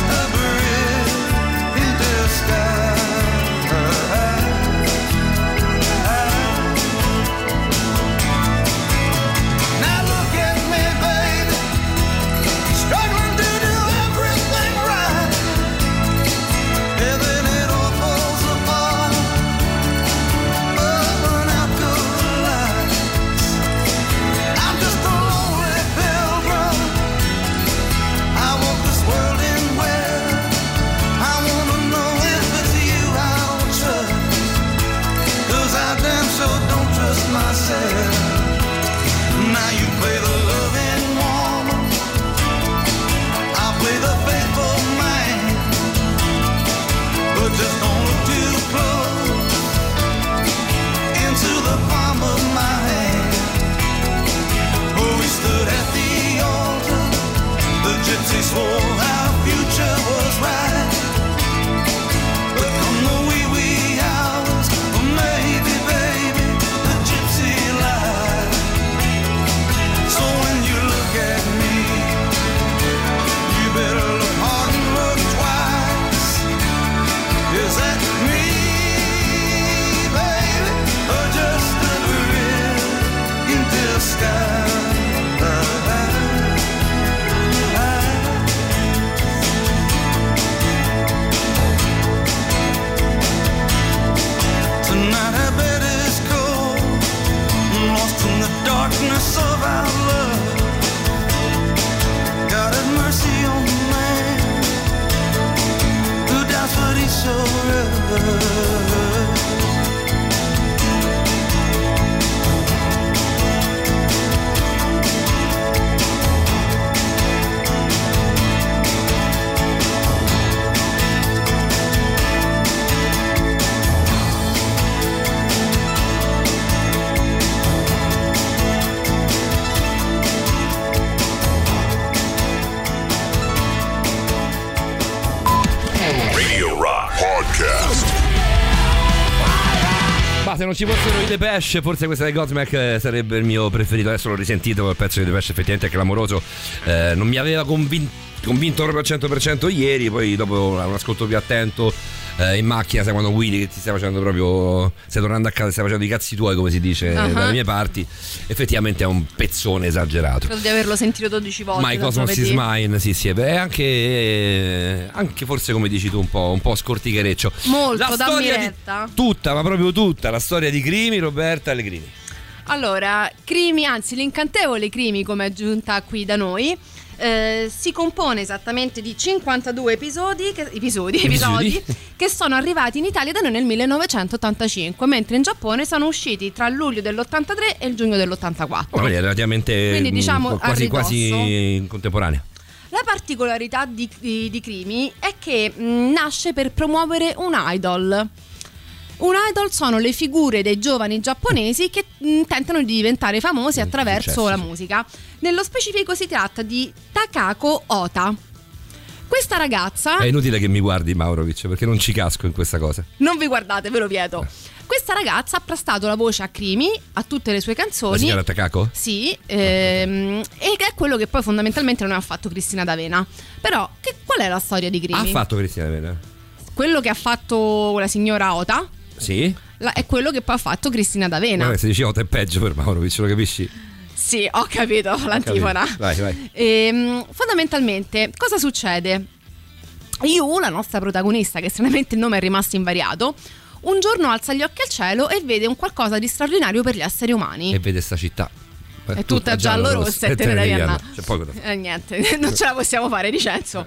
Ma se non ci fossero i Depeche, forse questa di Godsmack sarebbe il mio preferito. Adesso l'ho risentito, il pezzo di Depeche effettivamente è clamoroso. Eh, non mi aveva convinto, convinto proprio al cento per cento ieri, poi dopo un ascolto più attento eh, in macchina, sai, quando guidi, che ti stai facendo proprio, stai tornando a casa, stai facendo i cazzi tuoi, come si dice uh-huh. dalle mie parti, effettivamente è un pezzone esagerato. Credo di averlo sentito dodici volte. My Cosmos is Mine, sì sì, è anche, eh, anche forse come dici tu un po', un po' scortichereccio. Molto, la da storia miretta. Di, tutta, ma proprio tutta, la storia di Crimi, Roberta Allegrini. Allora, Crimi, anzi l'incantevole Crimi, come è giunta qui da noi, eh, si compone esattamente di cinquantadue episodi che, episodi, episodi che sono arrivati in Italia da noi nel millenovecentottantacinque, mentre in Giappone sono usciti tra il luglio dell'ottantatré e il giugno dell'ottantaquattro. Oh, quindi è relativamente quindi, diciamo, quasi, a quasi contemporanea. La particolarità di, di, di Crimi è che mh, nasce per promuovere un idol. Un idol sono le figure dei giovani giapponesi che mh, tentano di diventare famosi attraverso successo, la sì. musica. Nello specifico si tratta di Takako Ota. Questa ragazza... È inutile che mi guardi, Maurovic, perché non ci casco in questa cosa. Non vi guardate, ve lo vieto. Questa ragazza ha prestato la voce a Crimi, a tutte le sue canzoni. La signora Takako? Sì, ehm, e che è quello che poi fondamentalmente non ha fatto Cristina D'Avena. Però, che, qual è la storia di Crimi? Ha fatto Cristina D'Avena? Quello che ha fatto la signora Ota... Sì. La, è quello che poi ha fatto Cristina D'Avena. Ma se dici Ota è peggio per Maurovic, lo capisci? Sì, ho capito l'antifona. Capito. Vai, vai. E, fondamentalmente, cosa succede? Yu, la nostra protagonista, che stranamente il nome è rimasto invariato, un giorno alza gli occhi al cielo e vede un qualcosa di straordinario per gli esseri umani. E vede sta città. È, è tutta giallo-rossa e te ne devi andare. Cioè, poi eh, niente, non ce la possiamo fare, Vincenzo.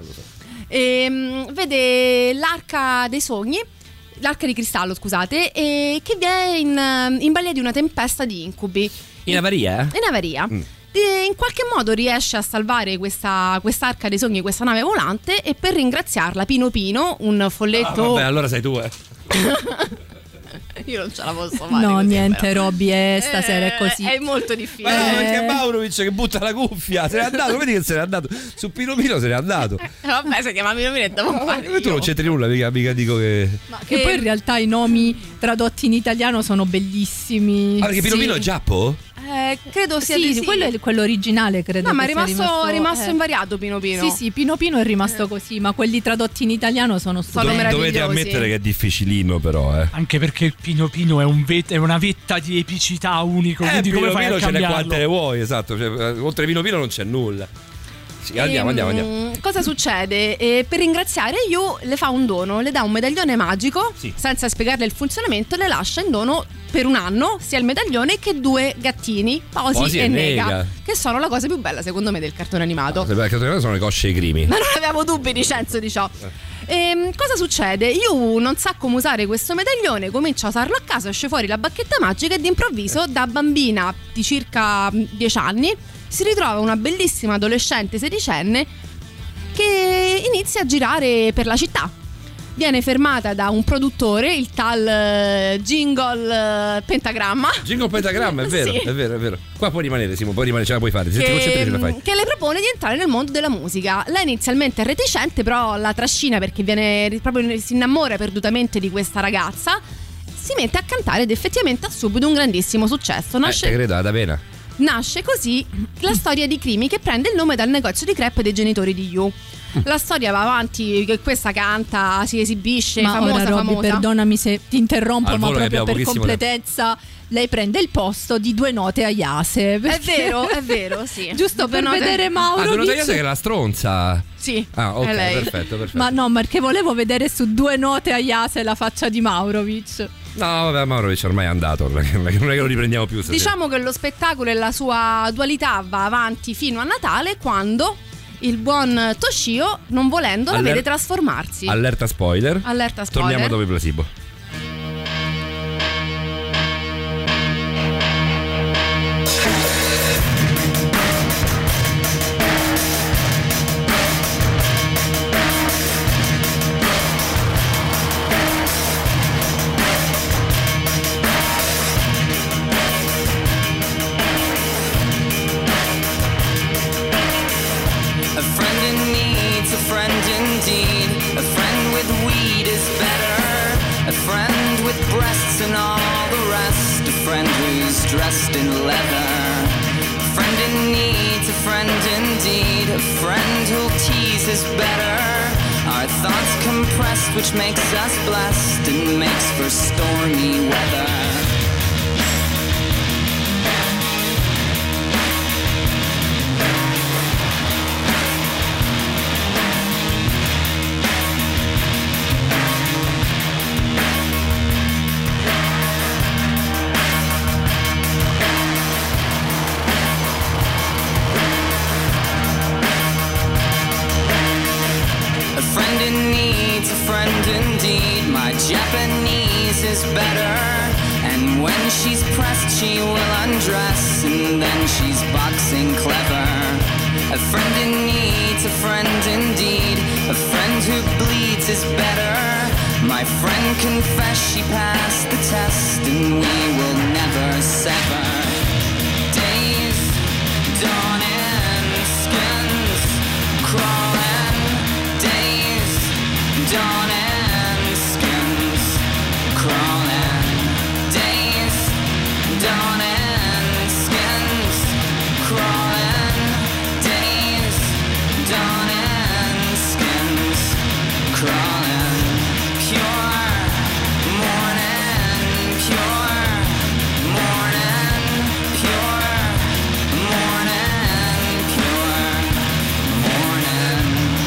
E, vede l'arca dei sogni, l'arca di cristallo, scusate, e che viene in, in balia di una tempesta di incubi. In avaria? In avaria. Mm. E in qualche modo riesce a salvare questa quest'arca dei sogni, questa nave volante, e per ringraziarla Pino Pino, un folletto... Ah, vabbè, allora sei tu, eh. Io non ce la posso fare. No, così, niente, però. Robby, eh, stasera è così. È molto difficile. Ma no, perché è Maurovic che butta la cuffia, se n'è andato, vedi che se n'è andato. Su Pino Pino se n'è andato. Eh, vabbè, se chiama Pino Pino e devo fare Ma tu non c'entri nulla, mica, mica dico che... Ma che poi in realtà i nomi tradotti in italiano sono bellissimi. Ah, perché Pino Sì. Pino è Giappo? Eh, credo sia sì, di sì. quello è quello originale, credo. No, ma è che sia rimasto, è rimasto eh. invariato Pino Pino. Sì, sì, Pino Pino è rimasto così, ma quelli tradotti in italiano sono Sono stupendi. meravigliosi. Dovete ammettere che è difficilino, però, eh. Anche perché il Pino Pino è, un vet- è una vetta di epicità unico. Eh, quindi Pino come fai Pino a ce n'è cambiarlo? quante ne vuoi, esatto. Cioè, oltre Pino Pino non c'è nulla. Sì, andiamo, andiamo, andiamo. Cosa succede? Eh, per ringraziare Yu le fa un dono, le dà un medaglione magico, Sì. senza spiegarle il funzionamento, le lascia in dono per un anno sia il medaglione che due gattini, Posi, Posi e e Nega, Nega, che sono la cosa più bella secondo me del cartone animato. Perché sono le cosce e i crimi. Ma non avevamo dubbi, Vincenzo, di ciò. Ehm, cosa succede? Yu non sa come usare questo medaglione, comincia a usarlo a caso, esce fuori la bacchetta magica e d'improvviso, da bambina di circa dieci anni, si ritrova una bellissima adolescente sedicenne che inizia a girare per la città. Viene fermata da un produttore, il tal eh, Jingle eh, Pentagramma. Jingle Pentagramma, è vero, Sì. è vero, è vero. Qua puoi rimanere, Simo, puoi rimanere, ce la puoi fare. Se ti concentri, ce la fai. che, che le propone di entrare nel mondo della musica. Lei inizialmente è reticente, però la trascina perché viene proprio si innamora perdutamente di questa ragazza. Si mette a cantare ed effettivamente ha subito un grandissimo successo. Nasce, Eh, te credo, ad Avena. nasce così la storia di Crimi, che prende il nome dal negozio di crepe dei genitori di Yu. La storia va avanti, che questa canta, si esibisce, Ma famosa, ora Robby, famosa. perdonami se ti interrompo, Al ma volo che proprio abbiamo per pochissimo completezza lei prende il posto di Due Note a Iase. È vero, è vero, sì. Giusto Due per note- vedere Mauro. Ah, Due Note a Iase Iase che è la stronza. Sì, Ah, ok, è lei. perfetto, perfetto. Ma no, perché volevo vedere su Due Note a Iase la faccia di Maurovic. No, vabbè, Maurovic ormai è andato, non è che non è che lo riprendiamo più stasera. Diciamo che lo spettacolo e la sua dualità va avanti fino a Natale, quando il buon Toshio, non volendo, la Aller- vede trasformarsi. Allerta spoiler. Allerta spoiler. Torniamo dopo il placebo. A friend in need's a friend indeed. A friend with weed is better and all the rest. A friend who's dressed in leather. A friend in need, a friend indeed. A friend who'll tease is better. Our thoughts compressed, which makes us blessed and makes for stormy weather. Japanese is better, and when she's pressed she will undress, and then she's boxing clever. A friend in need, a friend indeed. A friend who bleeds is better. My friend confessed she passed the test, and we will never sever. Days dawning, skins crawling. Days dawning, crawling, days dawning, skins crawling, days dawning, skins crawling, pure morning, pure morning, pure morning, pure morning.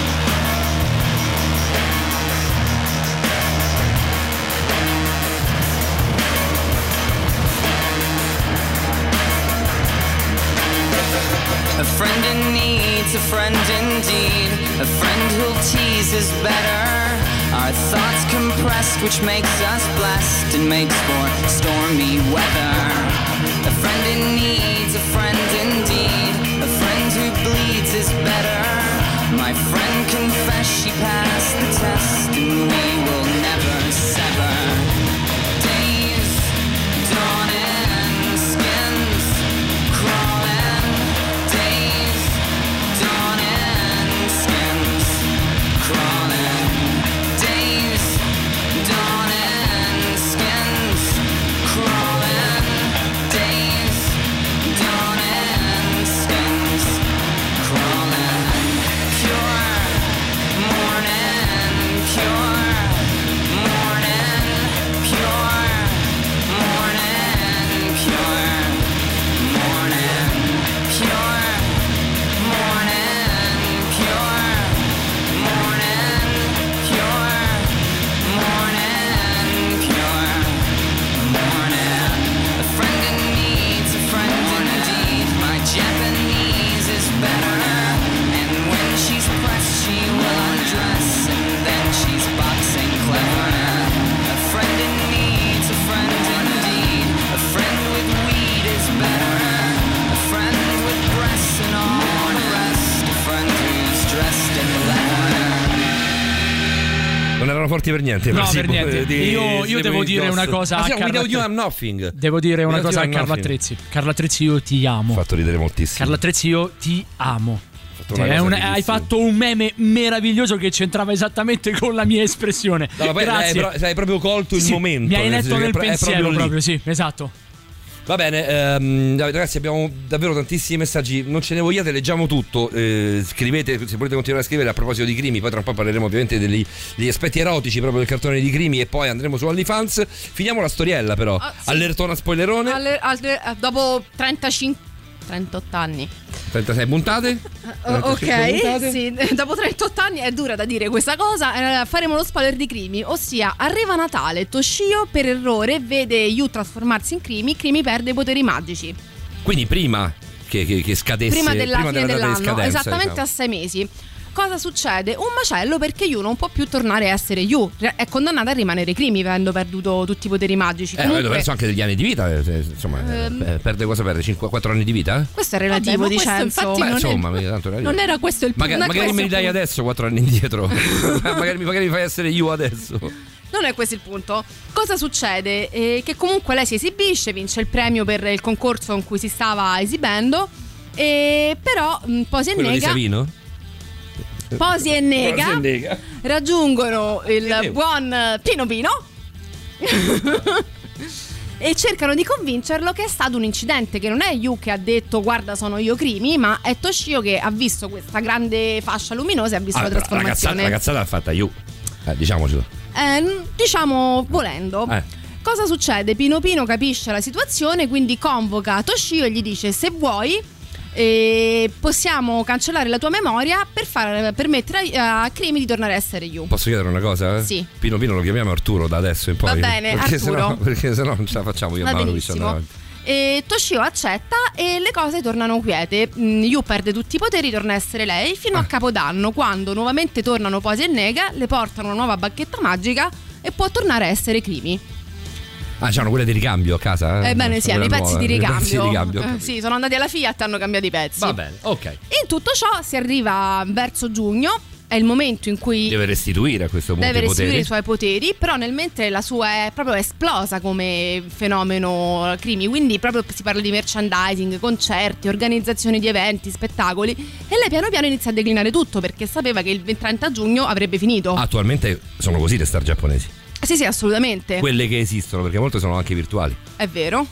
A friend in need, a friend indeed. A friend who'll tease is better. Our thoughts compressed, which makes us blessed and makes for stormy weather. A friend in need, a friend indeed. A friend who bleeds is better. My friend confessed she passed the test, and we will never sever. Days dawning, skins crawling. Days dawning, skins crawling. Days dawning, skins crawling. Days dawning, skins crawling. Pure morning, pure morning, pure morning, pure morning, pure morning, pure morning, pure morning, pure morning. A friend in need, a friend indeed. My Japanese is better, and when she's pressed she will undress, and then she's boxing clever. A friend in need, a friend indeed. A friend with weed is better. A friend with breasts and all the rest. A friend who's dressed in leather. Non erano forti per niente. No, sì, per niente. di- Io, io di- devo di dire Ghost. una cosa Ah, a sì, Carla Without You Tre- I'm Nothing. Devo dire una Without cosa a You I'm Carla Nothing. Trezzi. Carla Trezzi, io ti amo. Ha fatto ridere moltissimo. Carla Trezzi, io ti amo. fatto una È cosa un- bellissima. hai fatto un meme meraviglioso che c'entrava esattamente con la mia espressione. No, ma poi hai, Grazie. pro- hai proprio colto il Sì, momento. mi hai nel letto senso che nel è pro- è pensiero proprio lì. proprio, sì, esatto. Va bene, ehm, ragazzi, abbiamo davvero tantissimi messaggi. Non ce ne vogliate, leggiamo tutto. Eh, scrivete se volete continuare a scrivere a proposito di crimi. Poi tra un po' parleremo ovviamente degli, degli aspetti erotici proprio del cartone di crimi. E poi andremo su OnlyFans. Finiamo la storiella, però. Ah, sì. Allertona spoilerone. Alle- alle- eh, dopo trentacinque trentotto anni. trentasei puntate. Oh, trentacinque ok, puntate. sì, dopo trentotto anni è dura da dire questa cosa. Eh, faremo lo spoiler di Crimi, ossia arriva Natale, Toshio per errore vede Yu trasformarsi in Crimi, Crimi perde i poteri magici. Quindi prima che, che, che scadesse, Prima della prima fine della data di dell'anno, scadenza, esattamente diciamo. a sei mesi. Cosa succede? Un macello perché Yu non può più tornare a essere Yu, è condannata a rimanere Crimi avendo perduto tutti i poteri magici. Eh, Comunque, avendo perso anche degli anni di vita, eh, se- insomma, eh, Ehm. perde cosa perde? cinque, quattro anni di vita? questo è relativo, Vabbè, ma di questo censo. infatti Beh, non è- insomma, mica tanto Non era questo il punto. Magari, non è magari me li questo dai il punto. adesso quattro anni indietro. magari, magari mi fai essere io adesso. Non è questo il punto. Cosa succede? Eh, che comunque lei si esibisce, vince il premio per il concorso in cui si stava esibendo, e però mh, Posi e Quello di Nega, Savino? Posi e Nega Posi e Nega. raggiungono il Che devo? buon Pino Pino E cercano di convincerlo che è stato un incidente, che non è Yu che ha detto guarda sono io Crimi, ma è Toshio che ha visto questa grande fascia luminosa e ha visto Ah, la però la cazzata, trasformazione. la cazzata l'ha fatta Yu, eh, diciamocelo. Eh, diciamo volendo. Eh. Cosa succede? Pino Pino capisce la situazione, quindi convoca Toshio e gli dice se vuoi eh, possiamo cancellare la tua memoria per far permettere a, a Crimi di tornare a essere Yu. Posso chiedere una cosa? Eh? Sì. Pino Pino lo chiamiamo Arturo da adesso in poi. Va bene, perché Arturo. Sennò, perché sennò non ce la facciamo io e Va Mauro benissimo. E Toshio accetta e le cose tornano quiete. Mm, Yu perde tutti i poteri, torna a essere lei fino Ah. a Capodanno, quando nuovamente tornano Posi e Nega, le portano una nuova bacchetta magica e può tornare a essere Crimi. Ah, c'hanno quelle di ricambio a casa? Eh? Ebbene sì, hanno i Quelle pezzi nuove, di i ricambio. pezzi di ricambio. Eh, sì, sono andati alla Fiat e hanno cambiato i pezzi. Va bene, ok. In tutto ciò si arriva verso giugno, è il momento in cui Deve restituire a questo punto deve i restituire poteri. i suoi poteri, però nel mentre la sua è proprio esplosa come fenomeno Crimi, quindi proprio si parla di merchandising, concerti, organizzazione di eventi, spettacoli, e lei piano piano inizia a declinare tutto perché sapeva che il trenta giugno avrebbe finito. Attualmente sono così le star giapponesi. Sì, sì, assolutamente. Quelle che esistono, perché molte sono anche virtuali. È vero.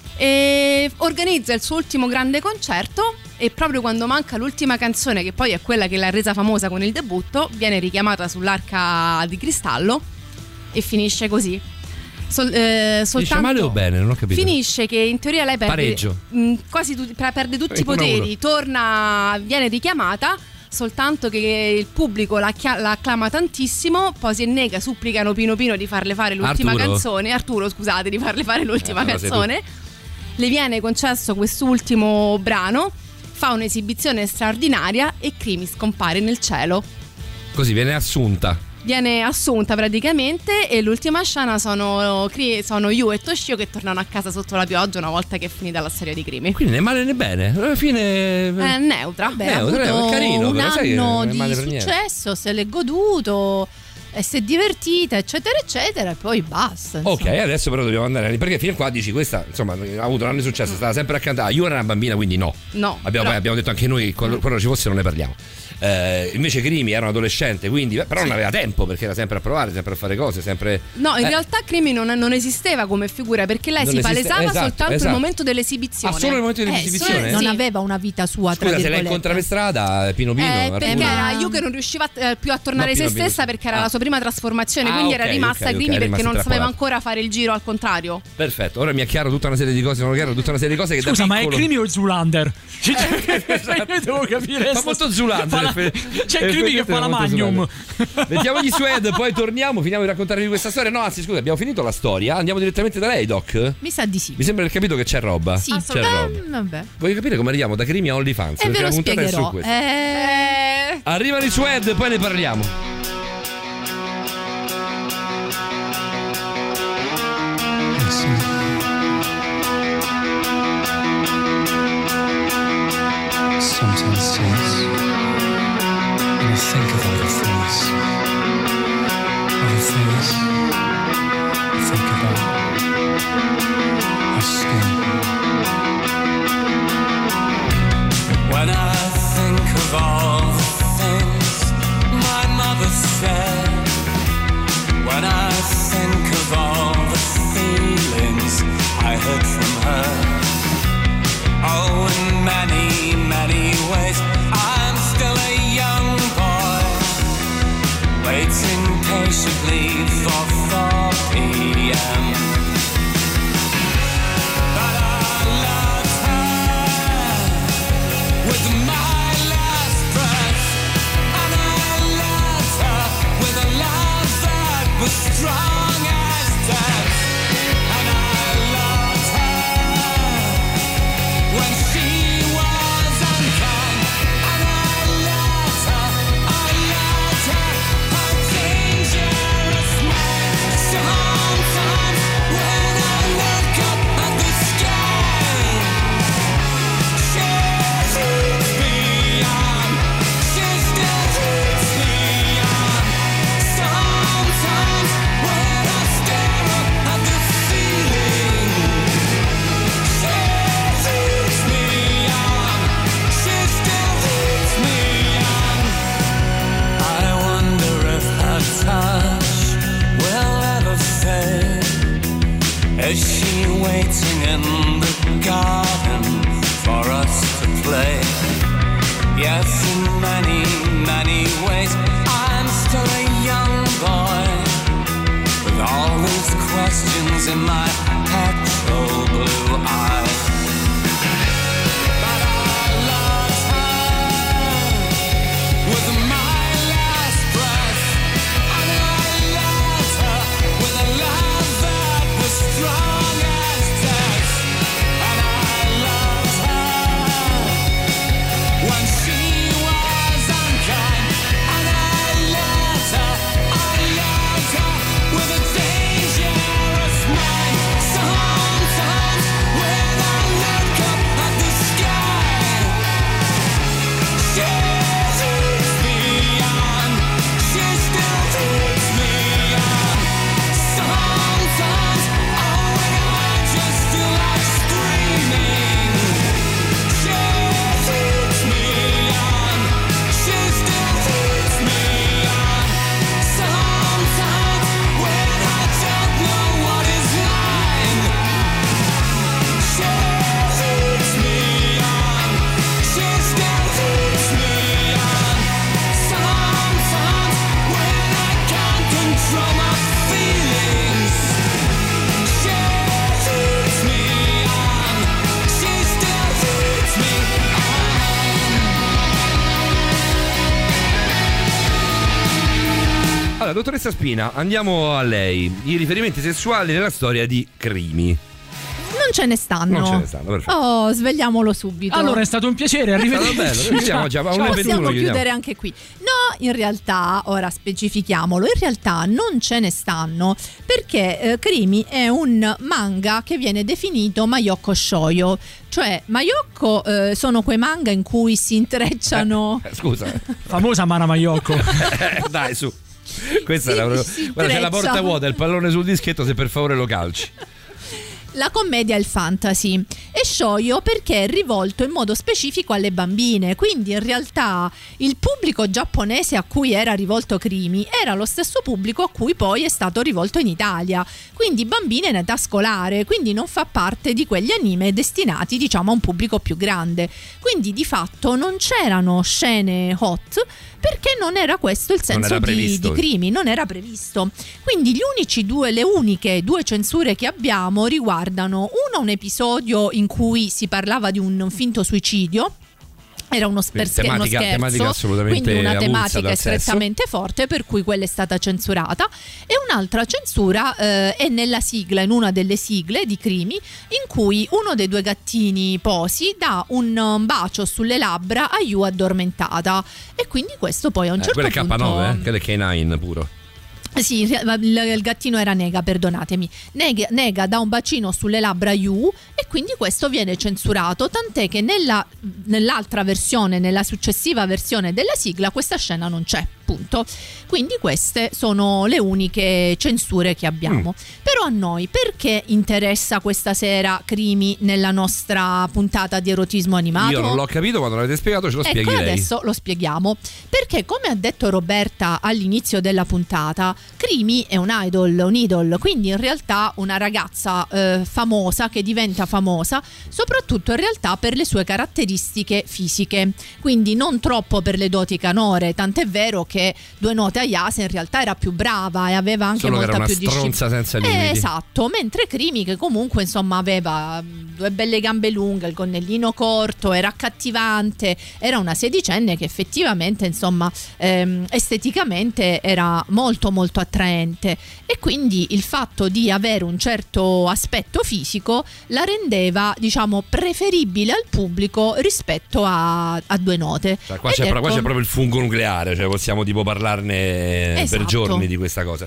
E organizza il suo ultimo grande concerto e proprio quando manca l'ultima canzone, che poi è quella che l'ha resa famosa con il debutto, viene richiamata sull'arca di cristallo e finisce così. Sol, eh, soltanto Finisce male o bene? Non ho capito. Finisce che in teoria lei perde Pareggio. mh, quasi tutti, perde tutti i Uno a poteri, uno. torna, viene richiamata. Soltanto che il pubblico la, chia- la acclama tantissimo. Posi e Nega supplicano Pino Pino di farle fare l'ultima Arturo. canzone. Arturo, scusate, di farle fare l'ultima Eh, però sei tu. canzone. Le viene concesso quest'ultimo brano. Fa un'esibizione straordinaria e Crimi scompare nel cielo. Così viene assunta. Viene assunta praticamente e l'ultima scena sono, Cri- sono Yu e Toshio che tornano a casa sotto la pioggia una volta che è finita la storia di Crimi. Quindi né male né bene. Alla fine. È neutra. Beh, Eh, ha avuto è carino, un però sai che anno non è di male per niente. successo, se l'è goduto e si è divertita, eccetera, eccetera, e poi basta. Ok, insomma. adesso però dobbiamo andare. Perché fino a qua dici questa, insomma, ha avuto un anno di successo, stava sempre accanto. Ah, io ero una bambina, quindi no. No. Abbiamo, però- abbiamo detto anche noi che quando, quando ci fosse non ne parliamo. Eh, invece Crimi era un adolescente, quindi però non aveva tempo perché era sempre a provare, sempre a fare cose, sempre. No, in Eh, realtà Crimi non, non esisteva come figura perché lei Non si esiste- palesava esatto, soltanto esatto. al momento dell'esibizione. Ah, solo nel momento Eh, dell'esibizione? sì, non Sì. aveva una vita sua, tra Scusa, se la virgolette. incontra per strada, Pino Pino. Eh, Arturo. perché era Ma- Yu che non riusciva eh, più a tornare No, se Pino Pino, stessa sì. perché era Ah. la sua prima trasformazione, Ah, quindi ok, era rimasta ok, ok, Crimi è perché rimasta non sapeva trappolata. ancora fare il giro al contrario. Perfetto, ora mi è chiaro tutta una serie di cose, sono chiaro tutta una serie di cose che Scusa, da ma è piccolo... Crimi o Zulander? Cioè, Io devo capire. Fa sta- molto Zulander. fa la- C'è Crimi che fa la Magnum. Mettiamo gli Suede, poi torniamo, finiamo di raccontarvi questa storia. No, anzi, scusa, abbiamo finito la storia. Andiamo direttamente da lei, Doc. Mi sa di sì. Mi sembra di aver capito che c'è roba. Sì, c'è eh, roba. vabbè. Voglio capire come arriviamo da Crimi a OnlyFans. E perché ve la lo puntata è su spiegherò. questo. Eh, Arrivano i Suede, poi ne parliamo. Sometimes tears, and I think of all the things, all the things I think about our skin. When I think of all the things my mother said, when I think of all the feelings I heard from her, oh, in many, many ways, I'm still a young boy, waiting patiently for four p.m. But I loved her with my last breath, and I loved her with a love that was strong as death, and I loved her when she was unkind. Is she waiting in the garden for us to play? Yes, in many, many ways I'm still a young boy with all these questions in my petrol blue eyes. But I loved her with my last breath, and I loved her with a love that was strong as death. And I loved her when she was unkind, and I loved her, I loved her with a dangerous mind. Sometimes when I look up at the sky, she leads me on, she still leads me on. Sometimes, oh, when I just feel like screaming, she leads me on, she still leads me on. Sometimes when I don't know what is mine, she leads me on, she still leads me on. Sometimes when I can't control my feelings, she leads me on, she still leads me Allora, dottoressa Spina, andiamo a lei. I riferimenti sessuali nella storia di Crimi. Non ce ne stanno. Non ce ne stanno, perfetto. Oh, svegliamolo subito. Allora è stato un piacere, arrivederci. È stato bello, chiudiamo già, a Ciao, una e possiamo ventuno chiudere chiudiamo. anche qui. No, in realtà, ora specifichiamolo, in realtà non ce ne stanno perché eh, Crimi è un manga che viene definito Mayoko Shoujo. Cioè, Mayoko eh, sono quei manga in cui si intrecciano... Eh, scusa. Famosa Mana Mayoko. Eh, dai, su. Questa Sì, era proprio... si Guarda, c'è la intreccia. porta vuota, il pallone sul dischetto, se per favore lo calci. La commedia e il fantasy. E shoujo perché è rivolto in modo specifico alle bambine, quindi in realtà il pubblico giapponese a cui era rivolto Crimi era lo stesso pubblico a cui poi è stato rivolto in Italia, quindi bambine in età scolare, quindi non fa parte di quegli anime destinati, diciamo, a un pubblico più grande. Quindi di fatto non c'erano scene hot perché non era questo il senso di, previsto. di Crimi, non era previsto. Quindi gli unici due, le uniche due censure che abbiamo riguardano uno un episodio in cui si parlava di un finto suicidio. Era uno, sper- Tematica- uno scherzo, tematica assolutamente quindi una avulsa tematica dal sesso. strettamente forte, per cui quella è stata censurata. E un'altra censura eh, è nella sigla, in una delle sigle di Crimi, in cui uno dei due gattini posi dà un um, bacio sulle labbra a Yu addormentata. E quindi questo poi a un Eh, certo quello è punto... K nove, eh? Quello è K nove puro. Sì, il, il gattino era Nega, perdonatemi. Nega, Nega dà un bacino sulle labbra a Yu e quindi questo viene censurato, tant'è che nella, nell'altra versione, nella successiva versione della sigla, questa scena non c'è, punto. Quindi queste sono le uniche censure che abbiamo. Mm. Però a noi perché interessa questa sera Crimi nella nostra puntata di erotismo animato? Io non l'ho capito, quando l'avete spiegato ce lo Ecco, spieghi lei. adesso lo spieghiamo. Perché, come ha detto Roberta all'inizio della puntata, Crimi è un idol, un idol, quindi in realtà una ragazza eh, famosa che diventa famosa soprattutto in realtà per le sue caratteristiche fisiche, quindi non troppo per le doti canore, tant'è vero che Due Note Ayase in realtà era più brava e aveva anche Solo che molta era una più disciplina. stronza senza limiti. Eh, esatto, mentre Crimi, che comunque insomma aveva due belle gambe lunghe, il gonnellino corto, era accattivante, era una sedicenne che effettivamente insomma ehm, esteticamente era molto molto attraente, e quindi il fatto di avere un certo aspetto fisico la rendeva, diciamo, preferibile al pubblico rispetto a, a Due Note. Cioè, qua, Ed c'è, ecco, qua c'è proprio il fungo nucleare, cioè possiamo tipo parlarne Esatto. per giorni di questa cosa.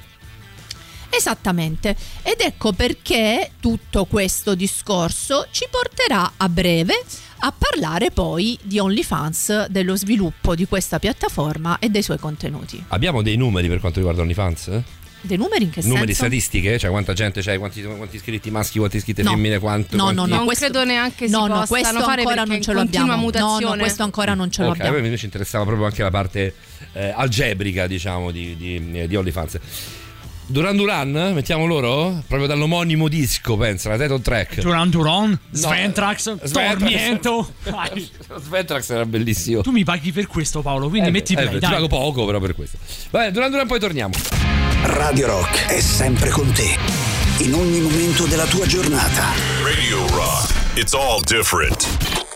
Esattamente, ed ecco perché tutto questo discorso ci porterà a breve a parlare poi di OnlyFans, dello sviluppo di questa piattaforma e dei suoi contenuti. Abbiamo dei numeri per quanto riguarda OnlyFans? Eh? Dei numeri in che Numeri senso? statistiche? Cioè quanta gente c'è, quanti, quanti iscritti maschi, quanti iscritte No. femmine, quanto? No, quanti... no, no, non questo- credo neanche si no, no, possano questo fare ancora perché non ce in lo continua abbiamo. mutazione. No, no, questo ancora non ce lo Ok, abbiamo. a me invece interessava proprio anche la parte eh, algebrica, diciamo, di, di, di OnlyFans. Duran Duran, mettiamo loro? Proprio dall'omonimo disco, pensa, la title track. Duran Duran, No, Sventrax, Tormiento. Vai. Sventrax era bellissimo. Tu mi paghi per questo, Paolo, quindi Eh, metti eh, play, ti dai. pago poco però per questo. Vabbè, Duran Duran, poi torniamo. Radio Rock è sempre con te, in ogni momento della tua giornata. Radio Rock. It's all different.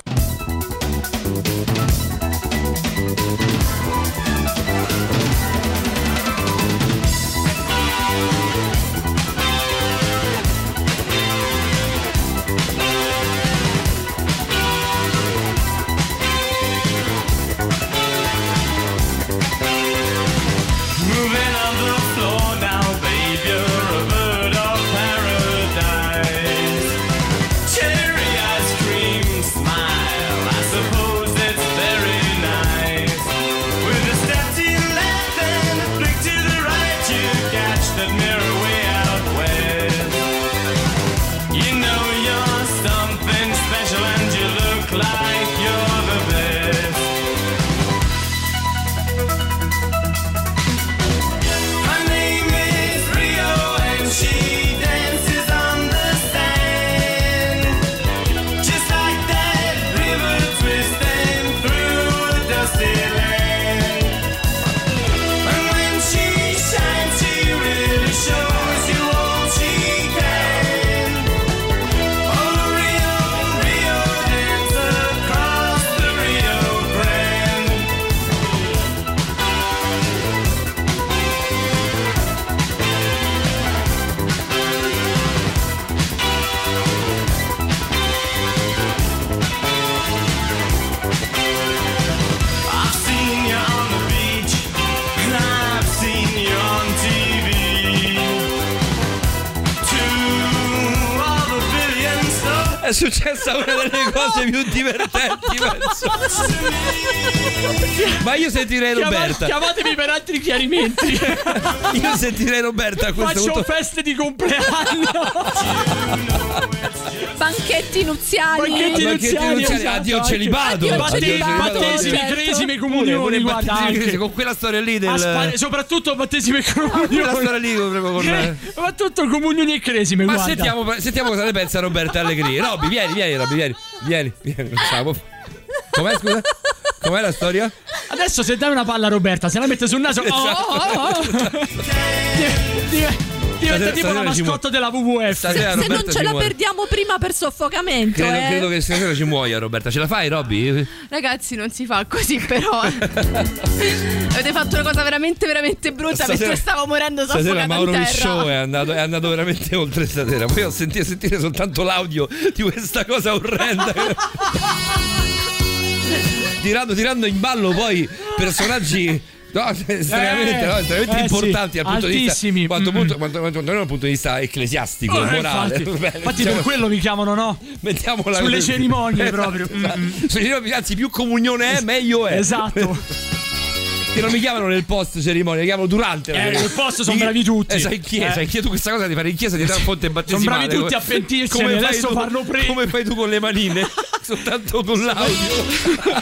Moving on the floor now, babe, you're a bird of paradise. Cherry ice cream smile, I suppose it's very nice. With a step to your left and a flick to the right, you catch that mirror way out west. You know you're something special and you look like you're the best. Her name is Rio and she dances on the sand. Just like that river twisting through a dusty land. And when she shines, she really shows you all she can. Oh, Rio, Rio, dance across the Rio Grande. I've seen you on the beach, and I've seen you on T V. To all the billions of È successa una delle cose più divertenti, penso. Ma io sentirei Chiama- Roberta. chiamatemi per altri chiarimenti. Io sentirei Roberta a questo Faccio punto. feste di compleanno. Banchetti nuziali. Banchetti Ma che nuziali, nuziali, esatto, addio anche. celibato. Addio Addio celibato, celibato. Battesimi, certo. cresime, Pure, comunioni, pure guarda battesimi, anche. crisi, con quella storia lì del A Spagna- soprattutto battesimi e quella comunioni. storia lì proprio con Eh, soprattutto comunioni e cresime, Ma guarda. sentiamo, sentiamo cosa ne pensa Roberta Allegri. Robby, vieni, vieni, Robby, vieni. Vieni, vieni. Non ce la può fare. Com'è, scusa? Com'è la storia? Adesso se dai una palla a Roberta, se la mette sul naso. Oh, oh, oh. Div- div- Diventa Stasera- tipo la stasera ci mascotte della W W F. Stasera Se non Roberta ce ci la muore. perdiamo prima per soffocamento, Credo, eh. credo che stasera ci muoia Roberta. Ce la fai, Robby? Ragazzi, non si fa così, però. Avete fatto una cosa veramente, veramente brutta Stasera- perché stavo morendo Stasera soffocata Mauro in Show è terra. andato, è andato veramente oltre stasera. Poi ho sentito sentire soltanto l'audio di questa cosa orrenda. tirando, tirando in ballo poi personaggi. No, estremamente, Eh, no, estremamente eh, importanti sì, dal punto di vista altissimi. quanto, Mm. punto, quanto, quanto, quanto dal punto di vista ecclesiastico, Eh, morale. infatti, Bene, infatti diciamo- per quello mi chiamano, no? mettiamola Sulle così. cerimonie Esatto, proprio. esatto. Mm. Sulle cerimonie, anzi, più comunione è, meglio è. Esatto. Che non mi chiamano nel post cerimonia, mi chiamano durante la Eh, cerimonia. nel post sono In- bravi tutti. Esatto, in chiesa, Eh. in chiesa, tu questa cosa di fare in chiesa di dare fonte Sono battesimale. bravi tutti come- a pentirsi, come fai adesso tu- fanno pre. Come fai tu con le manine? Soltanto con l'audio.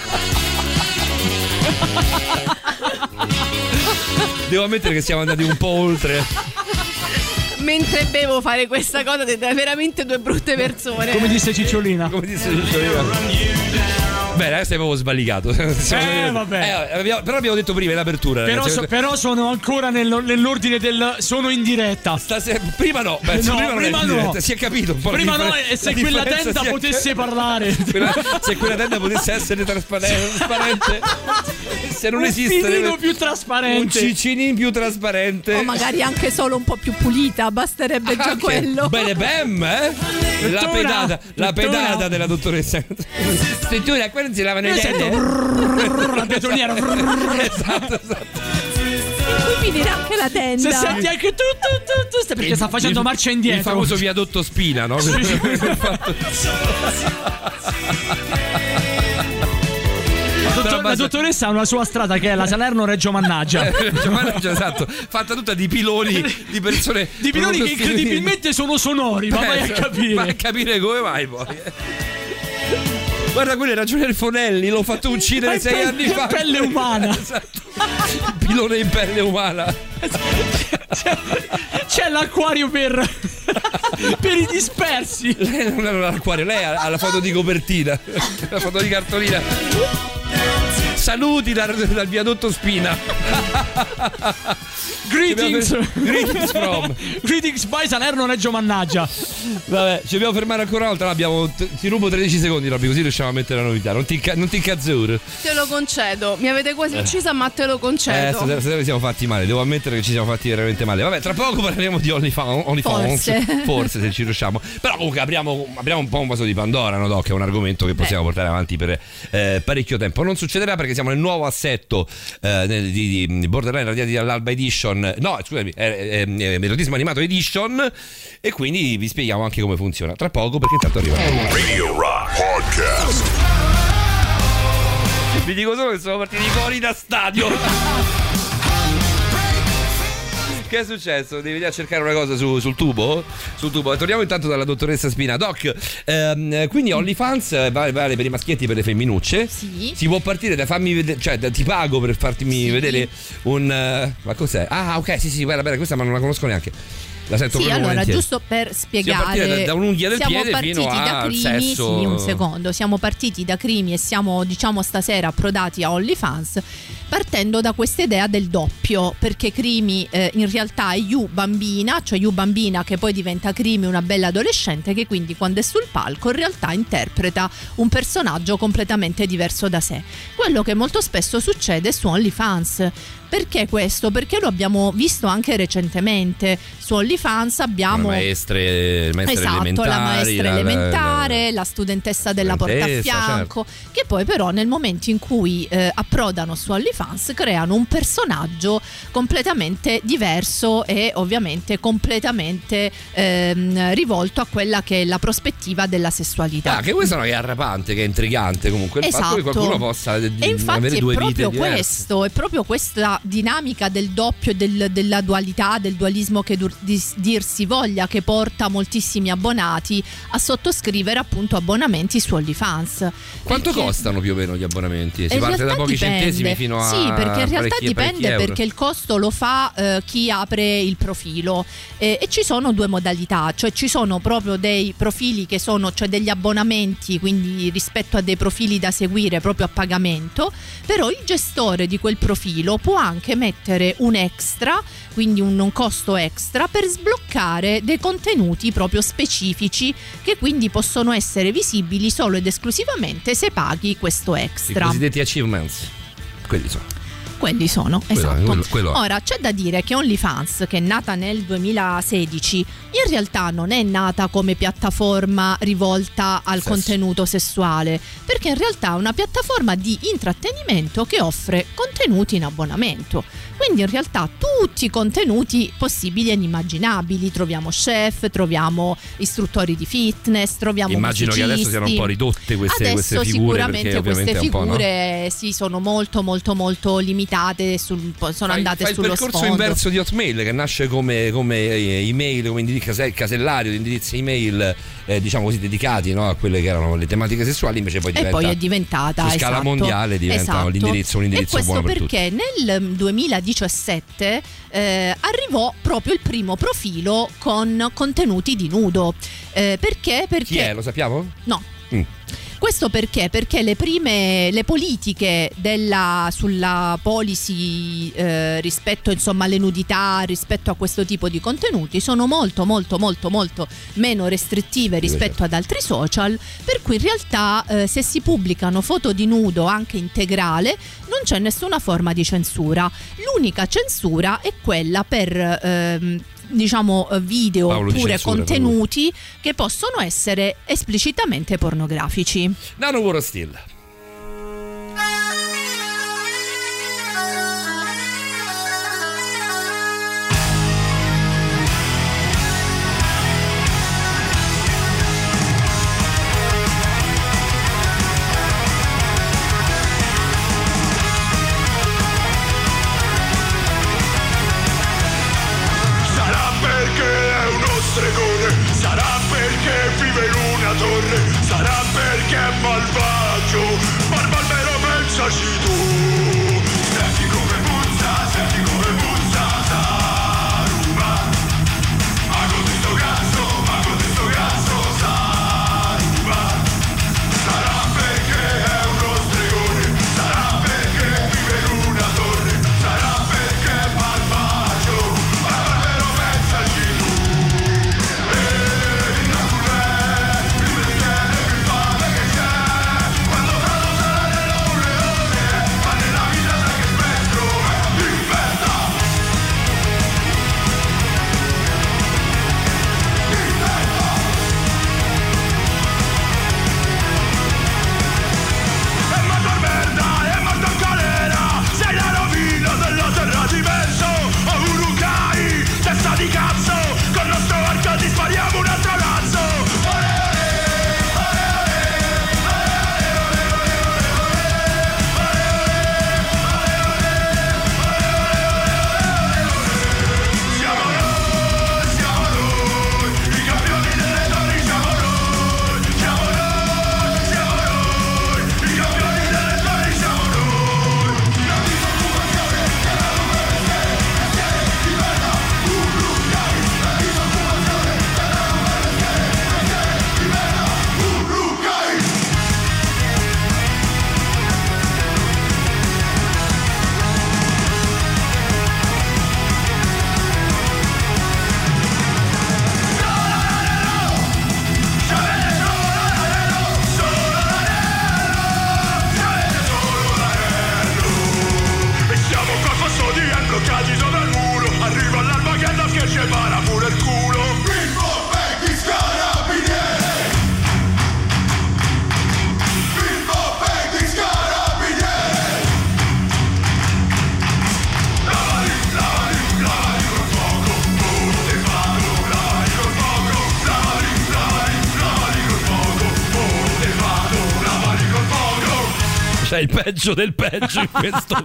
Devo ammettere che siamo andati un po' oltre. Mentre bevo fare questa cosa siete veramente due brutte persone. Come disse Cicciolina. Come disse Cicciolina. Bene, adesso è proprio svalicato. Eh, vabbè. Eh, abbiamo- però abbiamo detto prima, è l'apertura. Però, ragazzi. so- però sono ancora nel- nell'ordine del sono in diretta. Stasera- prima no, penso, No, prima, non è prima in no. diretta, si è capito un po' la Prima no, differen- e se la quella differenza tenda si è- potesse parlare. Quella- se quella tenda potesse essere trasparente, trasparente, se non Un esiste filino deve- più un trasparente. cicinin più trasparente. O magari anche solo un po' più pulita, basterebbe già Anche- quello. Bene, bem, eh? La Dottora, pedata, la dottora. pedata della dottoressa. Scrittura, quelli non si lavano i Io denti. sento brrrr, la betoniera. brrrr. Esatto, esatto. Qui finirà anche la tenda. Se senti anche tu, tu, tu, tu sta- perché sta facendo Il- marcia indietro. Il famoso viadotto Spina, no? Sì. La, dottor- la dottoressa ha una sua strada che è la Salerno-Reggio Mannaggia. Mannaggia, esatto, fatta tutta di piloni di persone Di piloni che incredibilmente sono sonori, ma vai a Ma a capire. capire come mai poi. Guarda, quello era Giuliano Fonelli, l'ho fatto uccidere È sei pe- anni è fa. pelle umana. Esatto. Pilone in pelle umana. c'è, c'è l'acquario per per i dispersi. Lei non ha l'acquario, lei ha la foto di copertina, la foto di cartolina. Saluti dal, dal viadotto Spina. Greetings. Greetings from Greetings by Salerno Reggio Mannaggia. Vabbè, ci dobbiamo fermare ancora una volta. No, abbiamo, ti rubo tredici secondi, Robby, così riusciamo a mettere la novità. Non ti, non ti incazzuro. Te lo concedo. Mi avete quasi uccisa, ma te lo Eh, concedo. stasera stasera ci siamo fatti male. Devo ammettere che ci siamo fatti veramente male. Vabbè, tra poco parleremo di OnlyFans. OnlyFans. Forse. Forse, se ci riusciamo. Però comunque apriamo, apriamo un po' un vaso di Pandora, no, Doc? È un argomento che possiamo portare avanti per eh, parecchio tempo. Non succederà perché siamo nel nuovo assetto eh, nel- di, di Borderline radiati dall'Alba Edition. No, scusami, è, è, è Erotismo Animato Edition. E quindi vi spieghiamo anche come funziona. Tra poco, perché intanto arriva. Radio Rock Podcast. Vi dico solo che sono partiti fuori da stadio. Che è successo? Devi venire a cercare una cosa su- sul tubo? Sul tubo. Torniamo intanto dalla dottoressa Spina. Doc, ehm, quindi OnlyFans eh, vale, vale per i maschietti e per le femminucce? Sì. Si può partire da fammi vedere, cioè da- ti pago per farmi Sì. vedere un... eh, ma cos'è? Ah, ok, sì, sì, guarda, bene, questa ma non la conosco neanche. La sento Sì, proprio allora, volentieri. giusto per Si è partita spiegare, da, da un'unghia del siamo piede partiti fino da al crimi, sesso. sì, un secondo, siamo partiti da crimi e siamo, diciamo, stasera approdati a OnlyFans, partendo da questa idea del doppio, perché crimi eh, in realtà è you bambina, cioè you bambina che poi diventa crimi, una bella adolescente che quindi quando è sul palco in realtà interpreta un personaggio completamente diverso da sé. Quello che molto spesso succede su OnlyFans. Perché questo? Perché lo abbiamo visto anche recentemente su OnlyFans. Abbiamo Le maestre, le maestre esatto, elementari, la maestra la- la- elementare, la studentessa della porta a studentessa, fianco, che poi però nel momento in cui eh, approdano su OnlyFans creano un personaggio completamente diverso e ovviamente completamente ehm, rivolto a quella che è la prospettiva della sessualità. Ah, che questa è una che è arrapante, che è intrigante comunque. Il fatto che Esatto. qualcuno possa eh, E infatti avere è due proprio vite diverse. questo, è proprio questa dinamica del doppio, del- della dualità, del dualismo che dur- di- dir si voglia, che porta moltissimi abbonati a sottoscrivere appunto abbonamenti su OnlyFans. Quanto Perché- costano più o meno gli abbonamenti? Si in parte da realtà pochi dipende. centesimi fino a Sì, perché in realtà parecchi- parecchi dipende, euro. perché il costo lo fa eh, chi apre il profilo eh, e ci sono due modalità, cioè ci sono proprio dei profili che sono, cioè degli abbonamenti, quindi rispetto a dei profili da seguire proprio a pagamento, però il gestore di quel profilo può anche mettere un extra, quindi un un costo extra per sbloccare dei contenuti proprio specifici che quindi possono essere visibili solo ed esclusivamente se paghi questo I extra. cosiddetti achievements. Quelli sono. Quelli sono, Quello- esatto. quello- quello è. Ora c'è da dire che OnlyFans, che è nata nel duemilasedici, in realtà non è nata come piattaforma rivolta al Sesso. contenuto sessuale, perché in realtà è una piattaforma di intrattenimento che offre contenuti in abbonamento. Quindi in realtà tutti i contenuti possibili e inimmaginabili, troviamo chef, troviamo istruttori di fitness, troviamo Immagino che adesso siano un po' ridotte queste, Adesso queste figure, sicuramente perché ovviamente queste è un po', no? figure sì, sono molto molto molto limitate, sul- sono Fai- andate fai sullo il percorso sfondo. inverso di Hotmail, che nasce come, come eh, email, come indirizzo case- casellario di indirizzi email, eh, diciamo così, dedicati, no, a quelle che erano le tematiche sessuali, invece poi E diventa, poi è diventata su scala esatto, mondiale diventa esatto. l'indirizzo, un indirizzo e questo buono per tutti. perché nel duemiladiciassette eh, arrivò proprio il primo profilo con contenuti di nudo. Eh, perché? Perché Chi è? Lo sappiamo? no. Mm. Questo perché? Perché le prime le politiche della, sulla policy eh, rispetto insomma alle nudità, rispetto a questo tipo di contenuti sono molto molto molto molto meno restrittive rispetto ad altri social, per cui in realtà eh, se si pubblicano foto di nudo anche integrale non c'è nessuna forma di censura. L'unica censura è quella per ehm, diciamo eh, video Paolo di oppure censura, contenuti che possono essere esplicitamente pornografici. Nano War of Steel. Sarà perché è uno stregone, sarà perché vive in una torre, sarà perché è malvagio, ma almeno pensaci tu. Senti come puzza, senti come puzza, sa. C'è il peggio del peggio in questo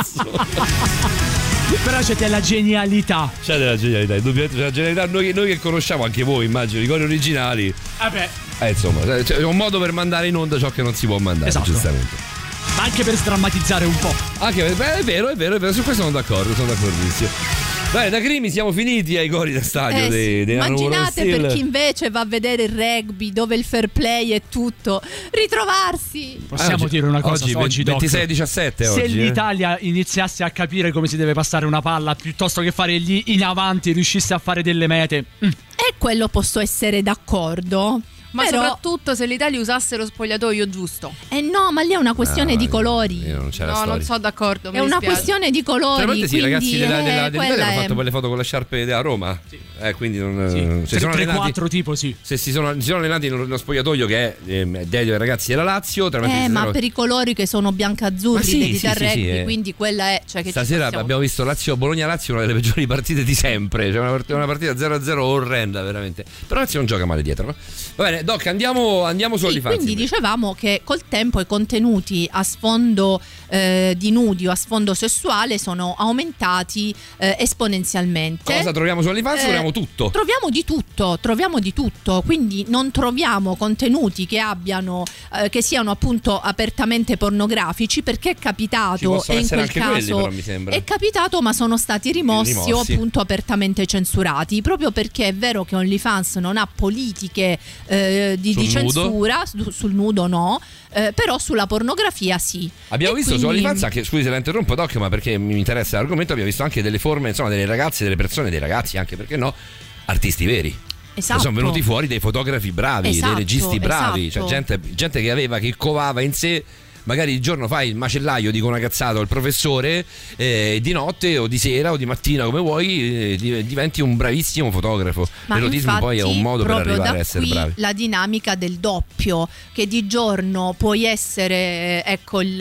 pezzo. Però c'è della genialità. C'è della genialità, indubbiamente c'è della genialità. Noi, noi che conosciamo, anche voi immagino, i cori originali. Vabbè. Eh, insomma, c'è un modo per mandare in onda ciò che non si può mandare, esatto. Giustamente. Ma anche per sdrammatizzare un po'. Anche beh, è vero, è vero, è vero, su questo sono d'accordo, sono d'accordissimo. Beh, da Crimi siamo finiti ai cori da stadio Eh dei, sì. dei Immaginate Nano per chi invece va a vedere il rugby dove il fair play è tutto, ritrovarsi. Possiamo oggi- dire una cosa oggi, oggi, Doc? ventisei diciassette Se oggi, eh. l'Italia iniziasse a capire come si deve passare una palla piuttosto che fare gli in avanti, riuscisse a fare delle mete. Mm. E quello posso essere d'accordo. Ma Però- soprattutto se l'Italia usasse lo spogliatoio giusto. Eh no, ma lì è una questione Ah, di colori. io non c'è la No, storia. non sono d'accordo. mi È una dispiace. questione di colori. Tra sì, i ragazzi quindi, della, eh, della, dell'Italia quella hanno è- fatto quelle foto con le sciarpe da Roma. Eh, quindi non, Sì. se Tre- sono tre, allenati, quattro tipo sì. se si sono, si sono allenati in uno spogliatoio che è eh, dedito ai ragazzi della Lazio, tra l'altro Eh, ci ma sono- per i colori che sono bianco-azzurri Ma sì, dediti sì, al sì, rugby, sì, eh. quindi quella è. Cioè che ci Stasera possiamo- abbiamo visto Lazio Bologna-Lazio, una delle peggiori partite di sempre. Cioè una partita, una partita zero a zero orrenda, veramente. Però Lazio non gioca male dietro, no? Va bene, Doc, andiamo, andiamo su Sì, OnlyFans. quindi dicevamo che col tempo i contenuti a sfondo eh, di nudi o a sfondo sessuale sono aumentati eh, esponenzialmente. Cosa troviamo su OnlyFans? Eh, Troviamo tutto. Troviamo di tutto, troviamo di tutto, quindi non troviamo contenuti che abbiano eh, che siano appunto apertamente pornografici, perché è Ci capitato possono e in essere quel anche quelli, caso però, mi sembra. è capitato, ma sono stati rimossi, Rimossi. o appunto apertamente censurati, proprio perché è vero che OnlyFans non ha politiche eh, di, Sul di nudo? censura, su- sul nudo no, eh, però sulla pornografia sì. Abbiamo E visto su quindi- OnlyFans anche, scusi se la interrompo Doc, ma perché mi interessa l'argomento, abbiamo visto anche delle forme, insomma, delle ragazze, delle persone, dei ragazzi, anche perché no, artisti veri. Esatto. Sono venuti fuori dei fotografi bravi, Esatto, dei registi bravi, esatto. cioè gente, gente che aveva, che covava in sé. Magari il giorno fai il macellaio, dico una cazzata, o il professore, eh, di notte o di sera o di mattina come vuoi, eh, di- diventi un bravissimo fotografo. Ma L'erotismo poi è un infatti, modo per proprio arrivare da a essere qui bravi. la dinamica del doppio, che di giorno puoi essere, ecco, il,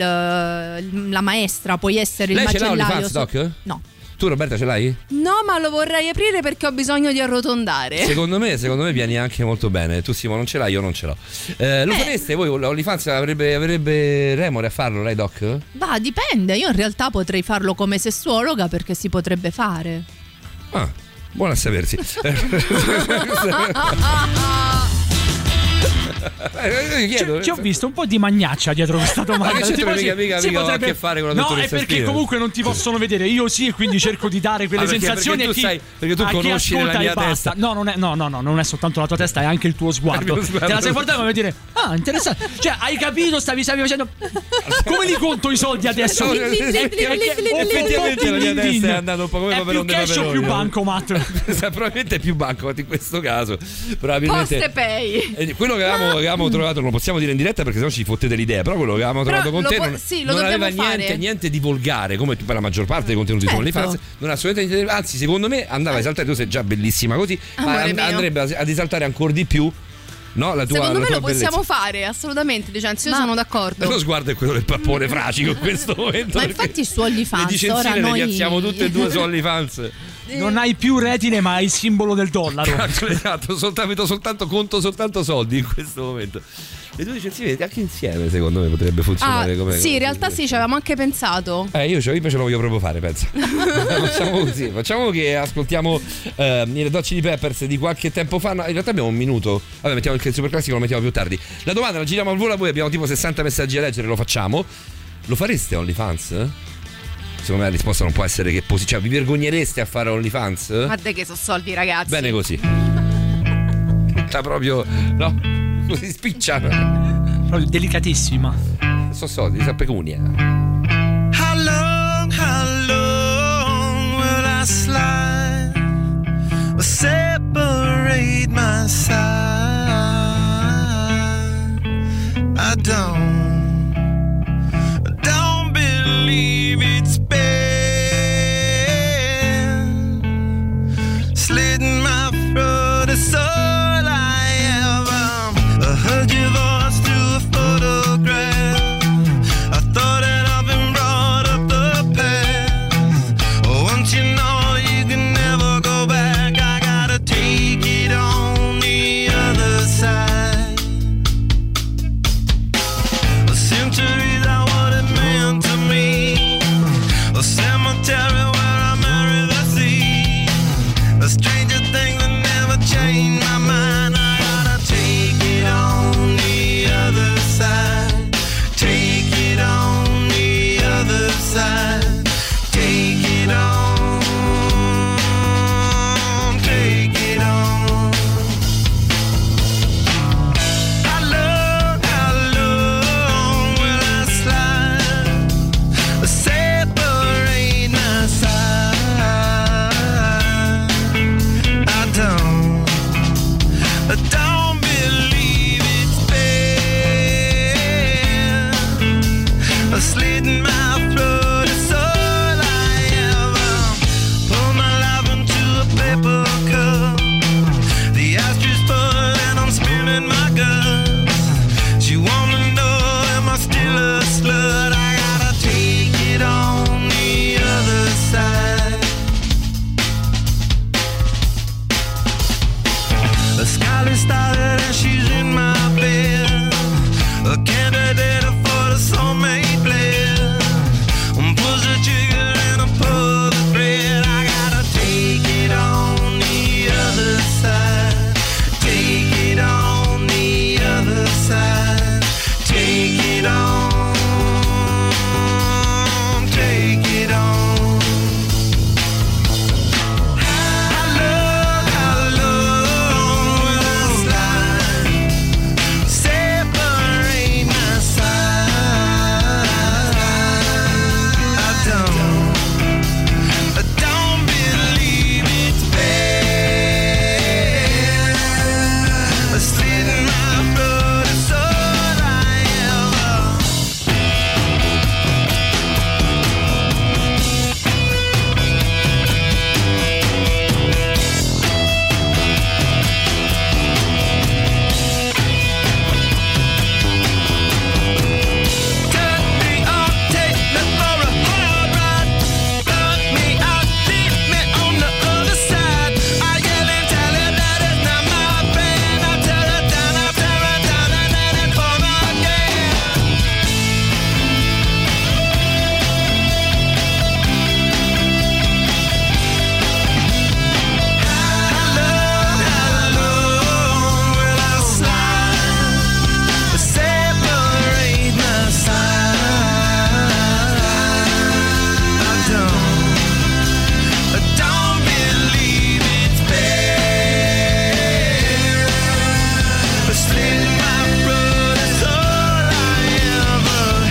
la maestra, puoi essere Lei il ce l'ha macellaio. OnlyFans, Doc? No. Tu Roberta ce l'hai? No, ma lo vorrei aprire perché ho bisogno di arrotondare. Secondo me, secondo me vieni anche molto bene. Tu Simo non ce l'hai, io non ce l'ho. Eh, lo Eh. fareste voi? OnlyFans avrebbe, avrebbe remore a farlo, lei Doc? Va, dipende. Io in realtà potrei farlo come sessuologa, perché si potrebbe fare. Ah, buono a sapersi. Eh, chiedo, Ci ho visto un po' di magnaccia dietro questa domanda. Ma che c'entra? Tipo, mica, sì, mica, si mica ha a potrebbe- che fare con la No, è dottoressa perché Spina. comunque non ti possono vedere. Io sì, e quindi cerco di dare quelle Ah, perché- sensazioni perché a tu chi, sai- perché tu a chi conosci ascolta nella mia e basta. testa. No, non è, no, no, no, non è soltanto la tua testa, è anche il tuo sguardo. Il mio sguardo. Te la sei guardando e vuoi dire: ah, interessante. Cioè, hai capito? Stavi, stavi facendo. Come li conto i soldi adesso? No, Perché- effettivamente la mia testa è andata un po' come È più Paperone cash o Paperone. più bancomat? Probabilmente più bancomat in questo caso. Probabilmente. Poste pay. Eh, Quello che avevamo, che avevamo trovato non lo possiamo dire in diretta perché sennò ci fottete l'idea. Però quello che avevamo Però trovato con lo te può- non, sì, lo non aveva dobbiamo fare. niente, niente di volgare, come per la maggior parte dei contenuti Certo. su OnlyFans. Non ha assolutamente niente. Anzi, secondo me andava a esaltare. Tu sei già bellissima così, ma Amore and- mio. andrebbe a- ad esaltare ancora di più. No, la tua, Secondo la me tua lo possiamo bellezza. fare, assolutamente, Licenzo, io Ma- sono E d'accordo. lo sguardo è quello del pappone fracico in questo momento. Ma perché infatti su le OnlyFans licenziere ora le noi piazziamo tutte e due su OnlyFans. Non hai più retine, ma hai il simbolo del dollaro. Esatto, esatto, soltanto, soltanto conto soltanto soldi in questo momento. Le due licenziate anche insieme secondo me potrebbe Ah, funzionare come sì, come- in realtà sì, ci avevamo anche pensato. Eh, io, ce- io invece lo voglio proprio fare, pensa. Facciamo così, facciamo che ascoltiamo eh, i Red Hot Chili Peppers di qualche tempo fa. No, in realtà abbiamo un minuto. Vabbè, mettiamo il super classico, lo mettiamo più tardi. La domanda la giriamo al volo a voi, abbiamo tipo sessanta messaggi a leggere, lo facciamo. Lo fareste OnlyFans? Secondo me la risposta non può essere che posi- cioè, vi vergognereste a fare OnlyFans? Ma te che sono soldi, ragazzi. Bene così. Sta proprio, no? Così spiccia. Proprio delicatissima. So soldi, sa pecunia. How long, how long will I slide or separate my side? I don't, I don't believe it's been slitting my throat. It's all I have. Um, I heard your voice through a photograph. I thought that I've been brought up the past. Once you know you can never go back, I gotta take it on the party started and she's in my bed. A candidate for the soulmate blend. Pulls the trigger and I pull the thread. I gotta take it on the other side. Take it on the other side. Take it on. Take it on. I love, I love when I slide. Separate my side. I don't, I don't believe it's fair. I slit my blood, it's all I ever. Cut me off, take me for a hard ride. Cut me out, leave me on the other side. I yell and tell her that it's not my friend. I tear her down, I tear her down, and then it's for again. I love, I love when I slide. Separate my side. I don't, I don't believe it's fair. I slit my throat, it's all I ever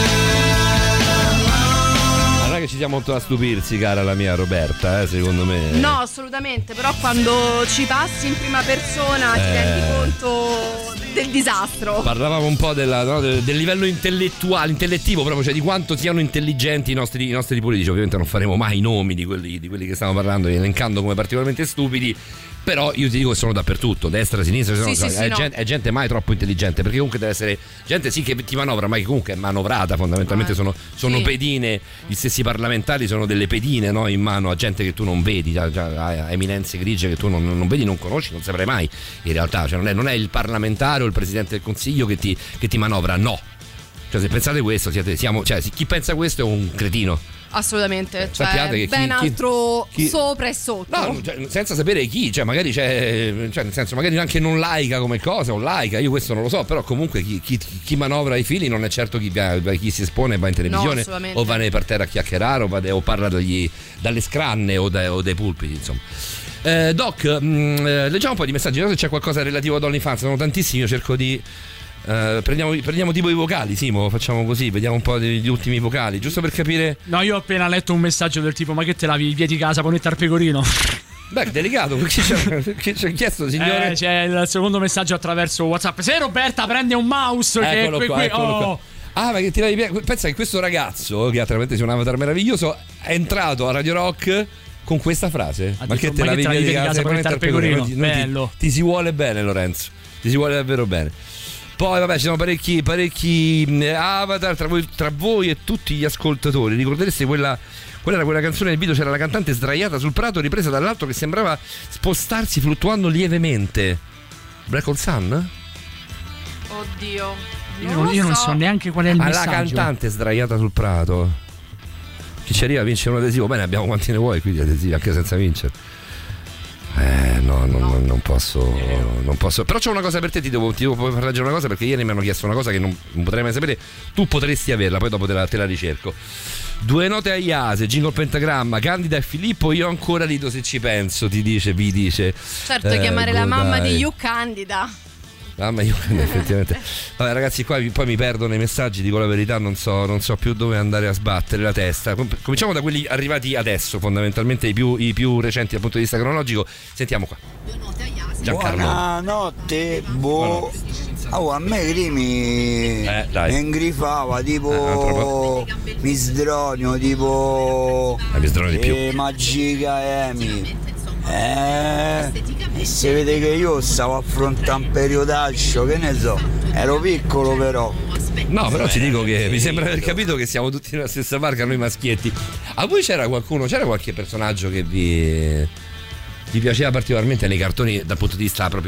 had. Non è che ci siamo molto a stupirsi, cara la mia Roberta, eh, secondo me. No, assolutamente, però quando ci passi in prima persona ti Eh. rendi conto del disastro. Parlavamo un po' della, no, del, del livello intellettuale, intellettivo proprio, cioè di quanto siano intelligenti i nostri, i nostri politici. Ovviamente non faremo mai i nomi di quelli, di quelli che stiamo parlando, elencando come particolarmente stupidi. Però io ti dico che sono dappertutto, destra, sinistra, Sì, no, sì, sì, è, no. gente, è gente mai troppo intelligente, perché comunque deve essere gente sì che ti manovra, ma che comunque è manovrata fondamentalmente, Eh, sono, sono sì. pedine, gli stessi parlamentari sono delle pedine, no, in mano a gente che tu non vedi, a, a- a eminenze grigie che tu non, non vedi, non conosci, non saprai mai in realtà, cioè non è, non è il parlamentare o il presidente del consiglio che ti, che ti manovra, no. Cioè se pensate questo, siete, siamo, cioè, chi pensa questo è un cretino. Assolutamente, cioè Sappiate che chi- ben chi- altro chi- sopra e sotto. No, cioè, senza sapere chi, cioè magari c'è, cioè nel senso magari anche non laica come cosa o laica, io questo non lo so, però comunque chi, chi, chi manovra i fili non è certo chi, va- chi si espone e va in televisione assolutamente. o va nei parterre a chiacchierare o, va de- o parla dagli- dalle scranne o, da- o dai pulpiti, insomma. Eh, Doc, mh, eh, leggiamo un po' di messaggi, non so se c'è qualcosa relativo ad OnlyFans, sono tantissimi, io cerco di... eh, prendiamo, prendiamo tipo i vocali, Simo, facciamo così, vediamo un po' degli ultimi vocali, giusto per capire... No, io ho appena letto un messaggio del tipo: ma che te lavi i piedi casa, ponete al pecorino? Beh, delicato, perché c'è, chi ci ha chiesto, signore? Eh, c'è il secondo messaggio attraverso WhatsApp. Se Roberta prende un mouse, che Eccolo qui, qua, qui- eccolo oh. qua. Ah, ma che ti lavi- pensa che questo ragazzo, che ha veramente un avatar meraviglioso, è entrato a Radio Rock con questa frase. Ha Ma detto, che te lavi via di casa, ponete al pecorino? Ti- Bello. Ti, ti si vuole bene, Lorenzo. Ti si vuole davvero bene. Poi vabbè, ci sono parecchi, parecchi eh, avatar tra voi, tra voi e tutti gli ascoltatori. Ricordereste quella, quella era quella canzone nel video, c'era la cantante sdraiata sul prato ripresa dall'alto che sembrava spostarsi fluttuando lievemente. Black Hole Sun? Oddio. Io non, io non so neanche qual è il Ma la messaggio. cantante sdraiata sul prato. Chi ci arriva vince un adesivo. Bene, abbiamo quanti ne vuoi qui di adesivi, anche senza vincere. Eh no, no, no, non posso, non posso. Però c'è una cosa per te, ti devo, ti devo far leggere una cosa, perché ieri mi hanno chiesto una cosa che non, non potrei mai sapere. Tu potresti averla, poi dopo te la, te la ricerco. Due note a Iase, jingle pentagramma, Candida e Filippo, io ancora rido se ci penso, ti dice, vi dice. Certo, Eh, chiamare la mamma dai. di You Candida. Mamma io effettivamente. Vabbè ragazzi, qua poi mi perdo nei messaggi, dico la verità, non so, non so più dove andare a sbattere la testa. Com- Cominciamo da quelli arrivati adesso, fondamentalmente i più, i più recenti dal punto di vista cronologico. Sentiamo qua. Giancarlo. Buonanotte, boh. Oh, a me Crimi Eh, dai. mi ingrifava tipo Eh, un troppo- Misdronio, tipo Eh, Misdronio di più. eh, Magica Emi. Eh, e si vede che io stavo affrontando un periodaccio, che ne so, ero piccolo però. No, però ti dico che mi sembra aver capito che siamo tutti nella stessa barca, noi maschietti. A voi c'era qualcuno, c'era qualche personaggio che vi, vi piaceva particolarmente nei cartoni dal punto di vista proprio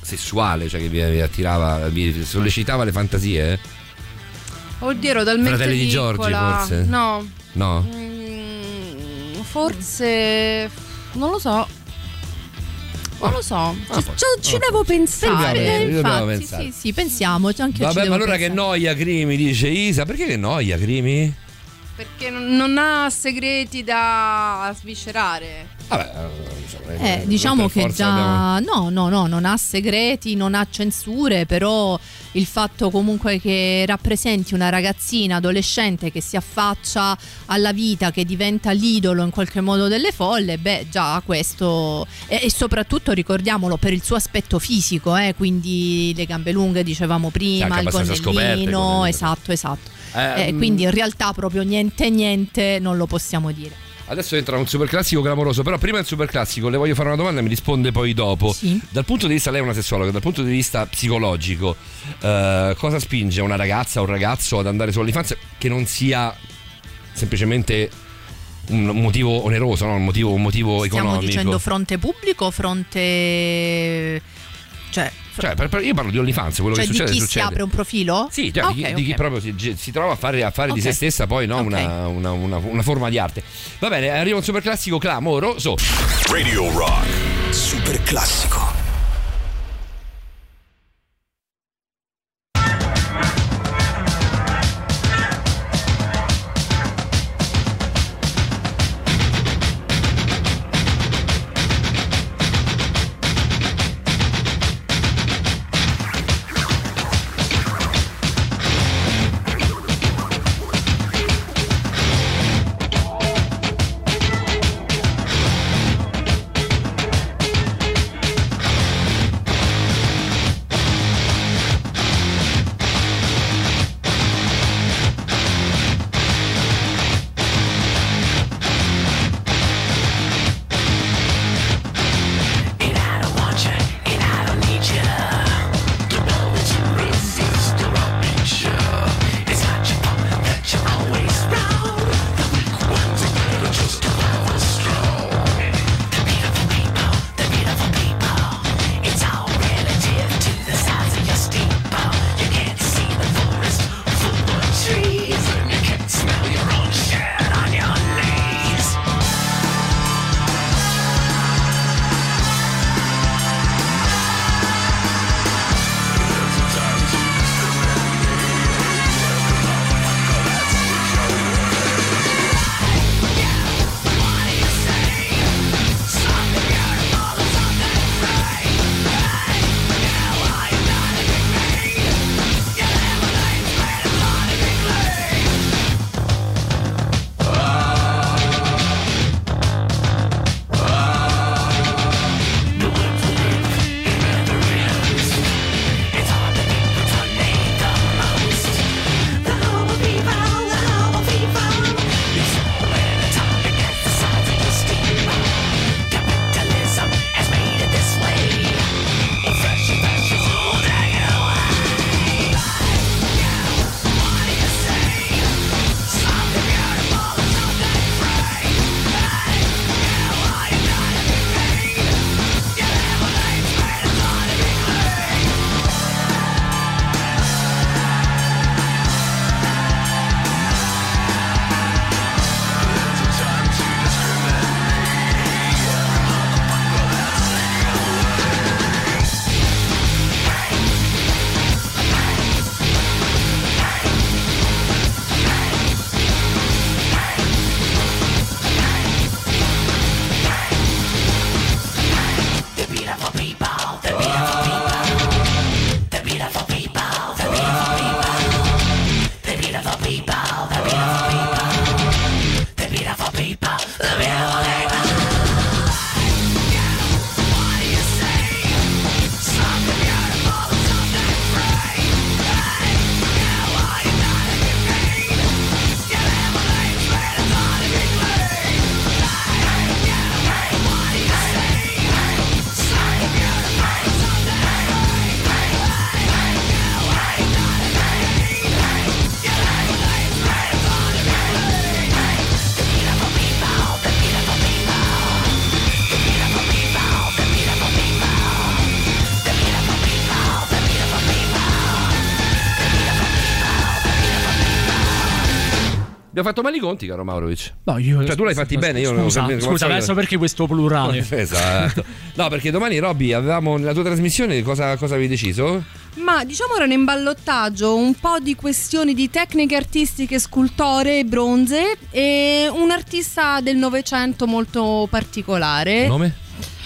sessuale, cioè che vi, vi attirava, vi sollecitava le fantasie? Oddio, ero talmente Fratelli di Giorgi, piccola. forse? No. No? Mm, forse non lo so. Non lo so. Ci, ci- ci devo pensare. Io devo Infatti, pensare. sì, sì, pensiamo. Anche io ci Vabbè, devo ma allora pensare. che noia Crimi, dice Isa. Perché che noia Crimi? Perché non non ha segreti da sviscerare. Vabbè, insomma, Eh, non diciamo per che forza già abbiamo- no, no, no, non ha segreti, non ha censure, però il fatto comunque che rappresenti una ragazzina adolescente che si affaccia alla vita, che diventa l'idolo in qualche modo delle folle, beh, già questo e, e soprattutto ricordiamolo per il suo aspetto fisico, eh, quindi le gambe lunghe dicevamo Sì, prima, anche il abbastanza scoperte, gonnellino, gonnellino. esatto, esatto. Eh, Eh, mm. quindi in realtà proprio niente niente non lo possiamo dire. Adesso entra un super classico clamoroso, però prima del super classico le voglio fare una domanda e mi risponde poi dopo. Sì. Dal punto di vista, lei è una sessuologa, dal punto di vista psicologico, eh, cosa spinge una ragazza o un ragazzo ad andare su OnlyFans che non sia semplicemente un motivo oneroso, no? un motivo, un motivo Stiamo economico? dicendo fronte pubblico, fronte cioè Cioè, per- per- io parlo di OnlyFans, quello Cioè che di succede chi si succede. apre un profilo? Sì, cioè, Ah, di, chi- ok, di chi ok. proprio si, si trova a fare, a fare di Ok. se stessa poi no, Ok. una, una, una, una forma di arte. Va bene, arriva un super classico clamoroso. Radio Rock. Super classico. Thank Abbiamo fatto male i conti, caro Maurovic. No, io, cioè, tu l'hai fatti bene, io non ho scusa, capito. scusa, adesso perché questo plurale? Esatto. No, perché domani, Robby, avevamo nella tua trasmissione cosa, cosa avevi deciso? Ma diciamo erano in ballottaggio un po' di questioni di tecniche artistiche, scultoree e bronze e un artista del Novecento molto particolare. Nome?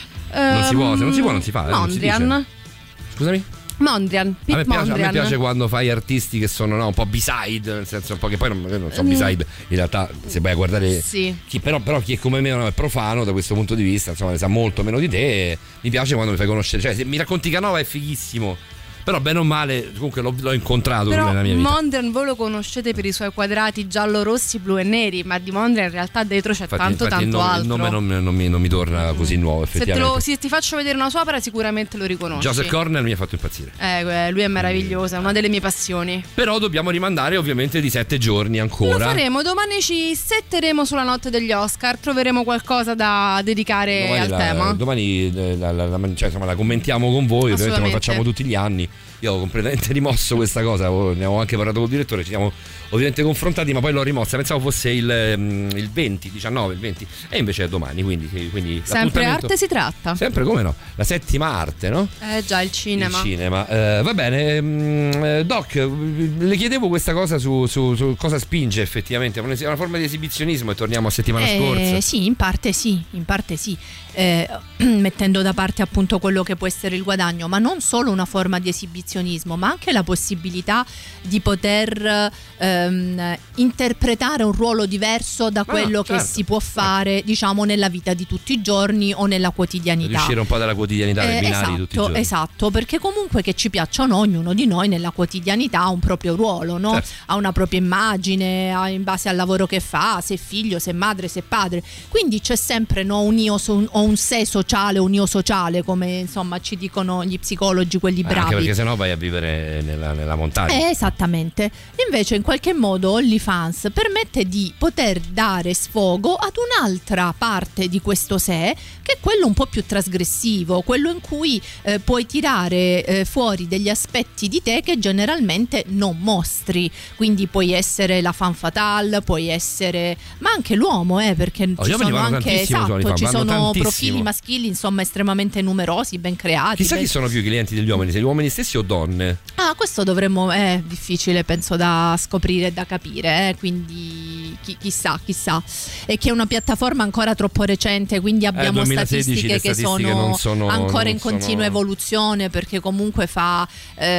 Non si può, se non si può non si fa. eh, non si dice. Mondrian. Scusami? Mondrian, A Pete me, piace, a me Mondrian. piace quando fai artisti che sono no, un po' B-side, nel senso un po' che poi non, non sono Mm. B-side, in realtà se vai a guardare Sì. chi, però, però chi è come me no, è profano da questo punto di vista, insomma ne sa molto meno di te e mi piace quando mi fai conoscere, cioè se mi racconti Canova è fighissimo, però bene o male comunque l'ho, l'ho incontrato Però nella mia vita. Mondrian voi lo conoscete per i suoi quadrati giallo-rossi, blu e neri, ma di Mondrian in realtà dietro c'è Infatti, tanto infatti il tanto nome, altro. il nome non, mi- non mi, non mi torna così nuovo se, te effettivamente. lo, se ti faccio vedere una sua opera sicuramente lo riconosci. Joseph Cornell mi ha fatto impazzire. Eh, lui è meraviglioso, è una delle mie passioni. Però dobbiamo rimandare ovviamente di sette giorni Lo ancora. faremo, domani ci setteremo sulla notte degli Oscar, troveremo qualcosa da dedicare Domani, al la, tema. domani eh, la, la- la- cioè, insomma, la commentiamo con voi, ovviamente lo Assolutamente. facciamo tutti gli anni. Io ho completamente rimosso questa cosa, oh, ne avevo anche parlato col direttore, ci siamo ovviamente confrontati, ma poi l'ho rimossa. Pensavo fosse il, ehm, il venti, diciannove, il venti, e invece è domani. Quindi, quindi Sempre l'appuntamento- arte si tratta. Sempre come no? La settima arte, no? Eh già, il cinema. Il cinema. Eh, va bene, mm, eh, Doc, le chiedevo questa cosa su, su- su cosa spinge effettivamente. È una una forma di esibizionismo e torniamo a settimana Eh, scorsa. sì, in parte sì, in parte sì. Eh, mettendo da parte appunto quello che può essere il guadagno, ma non solo una forma di esibizionismo, ma anche la possibilità di poter ehm, interpretare un ruolo diverso da quello che certo. si può fare, diciamo, nella vita di tutti i giorni o nella quotidianità. Riuscire un po' dalla quotidianità dei Eh, binari esatto, tutti i giorni. esatto, perché comunque che ci piaccia o no, ognuno di noi nella quotidianità ha un proprio ruolo, no? Certo. Ha una propria immagine, ha- in base al lavoro che fa, se è figlio, se è madre, se è padre. Quindi c'è sempre no, un io so- o un sé sociale, un io sociale, come insomma ci dicono gli psicologi, quelli Eh, bravi. Anche perché sennò vai a vivere nella, nella montagna. Eh, esattamente. Invece in qualche modo OnlyFans permette di poter dare sfogo ad un'altra parte di questo sé, che è quello un po' più trasgressivo, quello in cui eh, puoi tirare eh, fuori degli aspetti di te che generalmente non mostri. Quindi puoi essere la fan fatale, puoi essere ma anche l'uomo, eh, perché Oh, ci gli uomini sono vanno anche tantissimo su esatto, OnlyFans, ci vanno sono tantissimo. profili maschili insomma estremamente numerosi, ben creati. Chissà ben- chi sono più i clienti degli uomini, se gli uomini stessi o donne. Ah, questo dovremmo, è difficile penso da scoprire e da capire, eh, quindi chi- chissà, chissà. E che è una piattaforma ancora troppo recente, quindi abbiamo duemilasedici statistiche, le che statistiche sono, non sono- ancora in non continua sono- evoluzione, perché comunque fa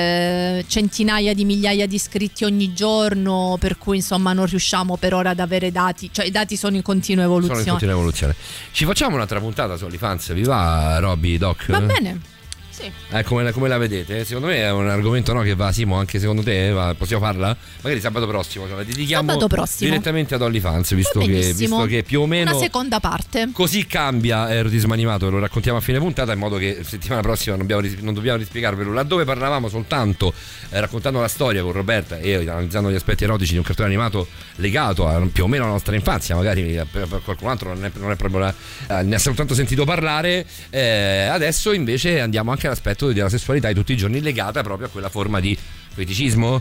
eh, centinaia di migliaia di iscritti ogni giorno, per cui insomma non riusciamo per ora ad avere dati, cioè i dati sono in continua Sono evoluzione. in continua evoluzione. Ci facciamo un'altra puntata su OnlyFans, vi va Robby, Doc? Va bene. Sì. Eh, come, la- come la vedete? Secondo me è un argomento no, che va, Simo, anche secondo te va, possiamo farla? Magari sabato prossimo, ce la dedichiamo Sabato prossimo. direttamente ad OnlyFans, visto Va che, benissimo. visto che più o meno Una seconda parte. così cambia erotismo animato, ve lo raccontiamo a fine puntata, in modo che settimana prossima non, abbiamo ris- non dobbiamo rispiegarvelo. Laddove parlavamo soltanto eh, raccontando la storia con Roberta e analizzando gli aspetti erotici di un cartone animato legato a più o meno alla nostra infanzia, magari per, per qualcun altro non è, non è proprio la, eh, ne ha soltanto sentito parlare, eh, adesso invece andiamo anche all'aspetto della sessualità di tutti i giorni legata proprio a quella forma di feticismo.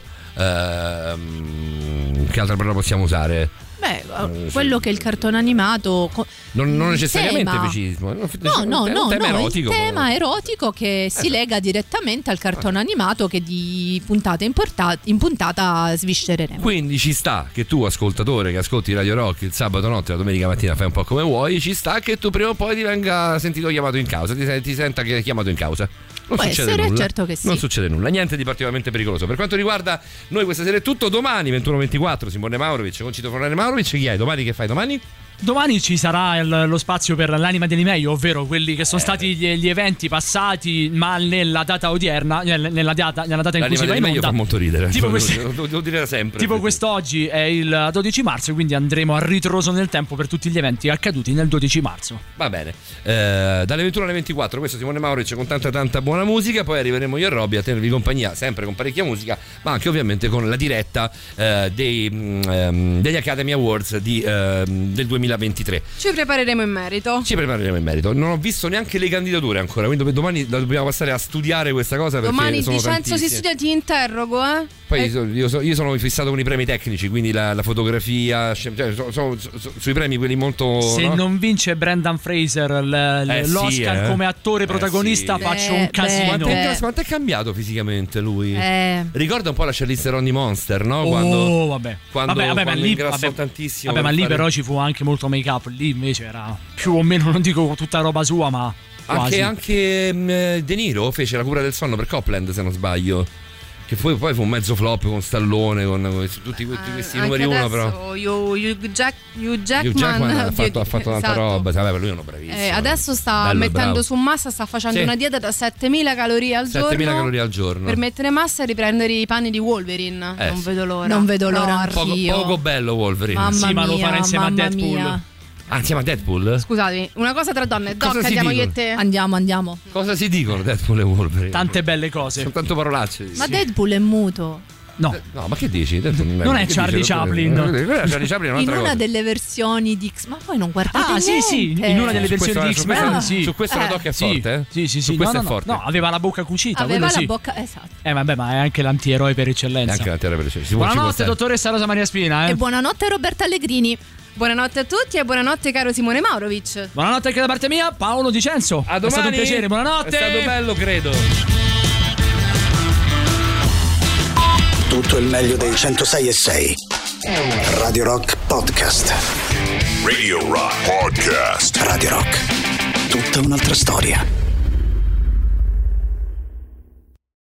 Ehm, che altra parola possiamo usare? Beh, Eh, quello che è il cartone animato co- Non, non il necessariamente tema. feticismo, no, No, no, è un no, tema no, erotico. il tema erotico che si lega direttamente al cartone animato che di puntata in, porta- in puntata sviscereremo. Quindi ci sta che tu, ascoltatore, che ascolti Radio Rock il sabato notte, la domenica mattina fai un po' come vuoi, ci sta che tu prima o poi ti venga sentito chiamato in causa, ti, sen- ti senta che è chiamato in causa. Non Può succede essere, nulla. certo che sì. Non succede nulla, niente di particolarmente pericoloso. Per quanto riguarda noi questa sera è tutto. Domani ventuno ventiquattro Simone Maurovic, Concito Fornare Maurovic. Chi hai? Domani che fai domani? Domani ci sarà il- lo spazio per l'anima dell'email, ovvero quelli che sono stati gli, gli eventi passati, ma nella data odierna, nel- nella data, nella data in cui L'anima si va in dell'email onda. fa molto ridere. Tipo lo, questi- lo- lo devo dire da sempre. Tipo quest'oggi è il dodici marzo, quindi andremo a ritroso nel tempo per tutti gli eventi accaduti nel dodici marzo. Va bene, eh, dalle ventuno alle ventiquattro questo è Simone Mauric con tanta tanta buona musica. Poi arriveremo io e Robby a tenervi compagnia, sempre con parecchia musica, ma anche ovviamente con la diretta eh, dei, mm, ehm, degli Academy Awards di, ehm, del duemilaventitré. Ci prepareremo in merito. Ci prepareremo in merito. Non ho visto neanche le candidature ancora, quindi domani dobbiamo passare a studiare questa cosa, perché Domani sono Vincenzo si tantissime. studia, ti interrogo, eh. Poi Eh. so- io, so- io sono fissato con i premi tecnici, quindi la, la fotografia, cioè, so- so- so- sui premi quelli molto. Se no? non vince Brendan Fraser l- l- Eh, sì, l'Oscar eh. come attore Eh, protagonista, sì. faccio Beh, un casino. Quanto beh. è, quanto è cambiato fisicamente lui? Eh. Ricorda un po' la Charlize Theron di Monster, no? Oh, Quando, vabbè. quando, vabbè, vabbè, quando ma lì, ingrassò vabbè, tantissimo. vabbè, ma per lì fare- però ci fu anche molto make up. Lì invece era più o meno, non dico tutta roba sua, ma quasi. Anche, anche mm, De Niro fece La cura del sonno per Copland, se non sbaglio. Che poi, poi fu un mezzo flop con Stallone, con, con tutti, tutti questi Anche numeri uno, adesso però. Hugh, Hugh Jack- Hugh Jackman, Hugh Jackman ha oddio, fatto, ha fatto tanta esatto. roba, sai, vabbè, lui è uno bravissimo. Eh, adesso sta Bello, mettendo bravo. su massa, sta facendo Sì. una dieta da settemila calorie al settemila giorno calorie al giorno. per mettere massa e riprendere i panni di Wolverine. Eh, non sì. vedo l'ora. Non vedo l'ora No, Poco, anch'io. poco bello Wolverine. Mamma Sì, ma lo mia, farà insieme a mamma Deadpool. mia. Ah, insieme a Deadpool? Scusatemi, una cosa tra donne. Cosa Doc, si andiamo io e dicono? te. Andiamo, andiamo. Cosa si dicono Deadpool e Wolverine? Tante belle cose. Sono tanto parolacce. Ma Deadpool è muto. No, No, ma che dici? Deadpool Non è che Charlie dici? Chaplin. Quella è Charlie Chaplin è In un'altra una cosa. delle versioni di X, ma voi non guardate Ah, sì, sì, niente. in una delle Su versioni questo- di su X-Men, questo- sì. Su questo la Eh. doc è Sì, forte, eh? Sì, sì, sì. Su No, questo no, è no, forte. no, aveva la bocca cucita, Aveva quello la sì. bocca, esatto. Eh, vabbè, ma è anche l'antieroe per eccellenza. Neanche la terra per ci può- ci Buonanotte, può stare. dottoressa Rosa Maria Spina. Eh. E buonanotte Roberta Allegrini. Buonanotte a tutti e buonanotte caro Simone Maurovic. Buonanotte anche da parte mia, Paolo Di Cenzo. A domani. È stato un piacere, buonanotte. È stato bello, credo. Tutto il meglio dei centosei e sei. Radio Rock Podcast. Radio Rock Podcast. Radio Rock. Tutta un'altra storia.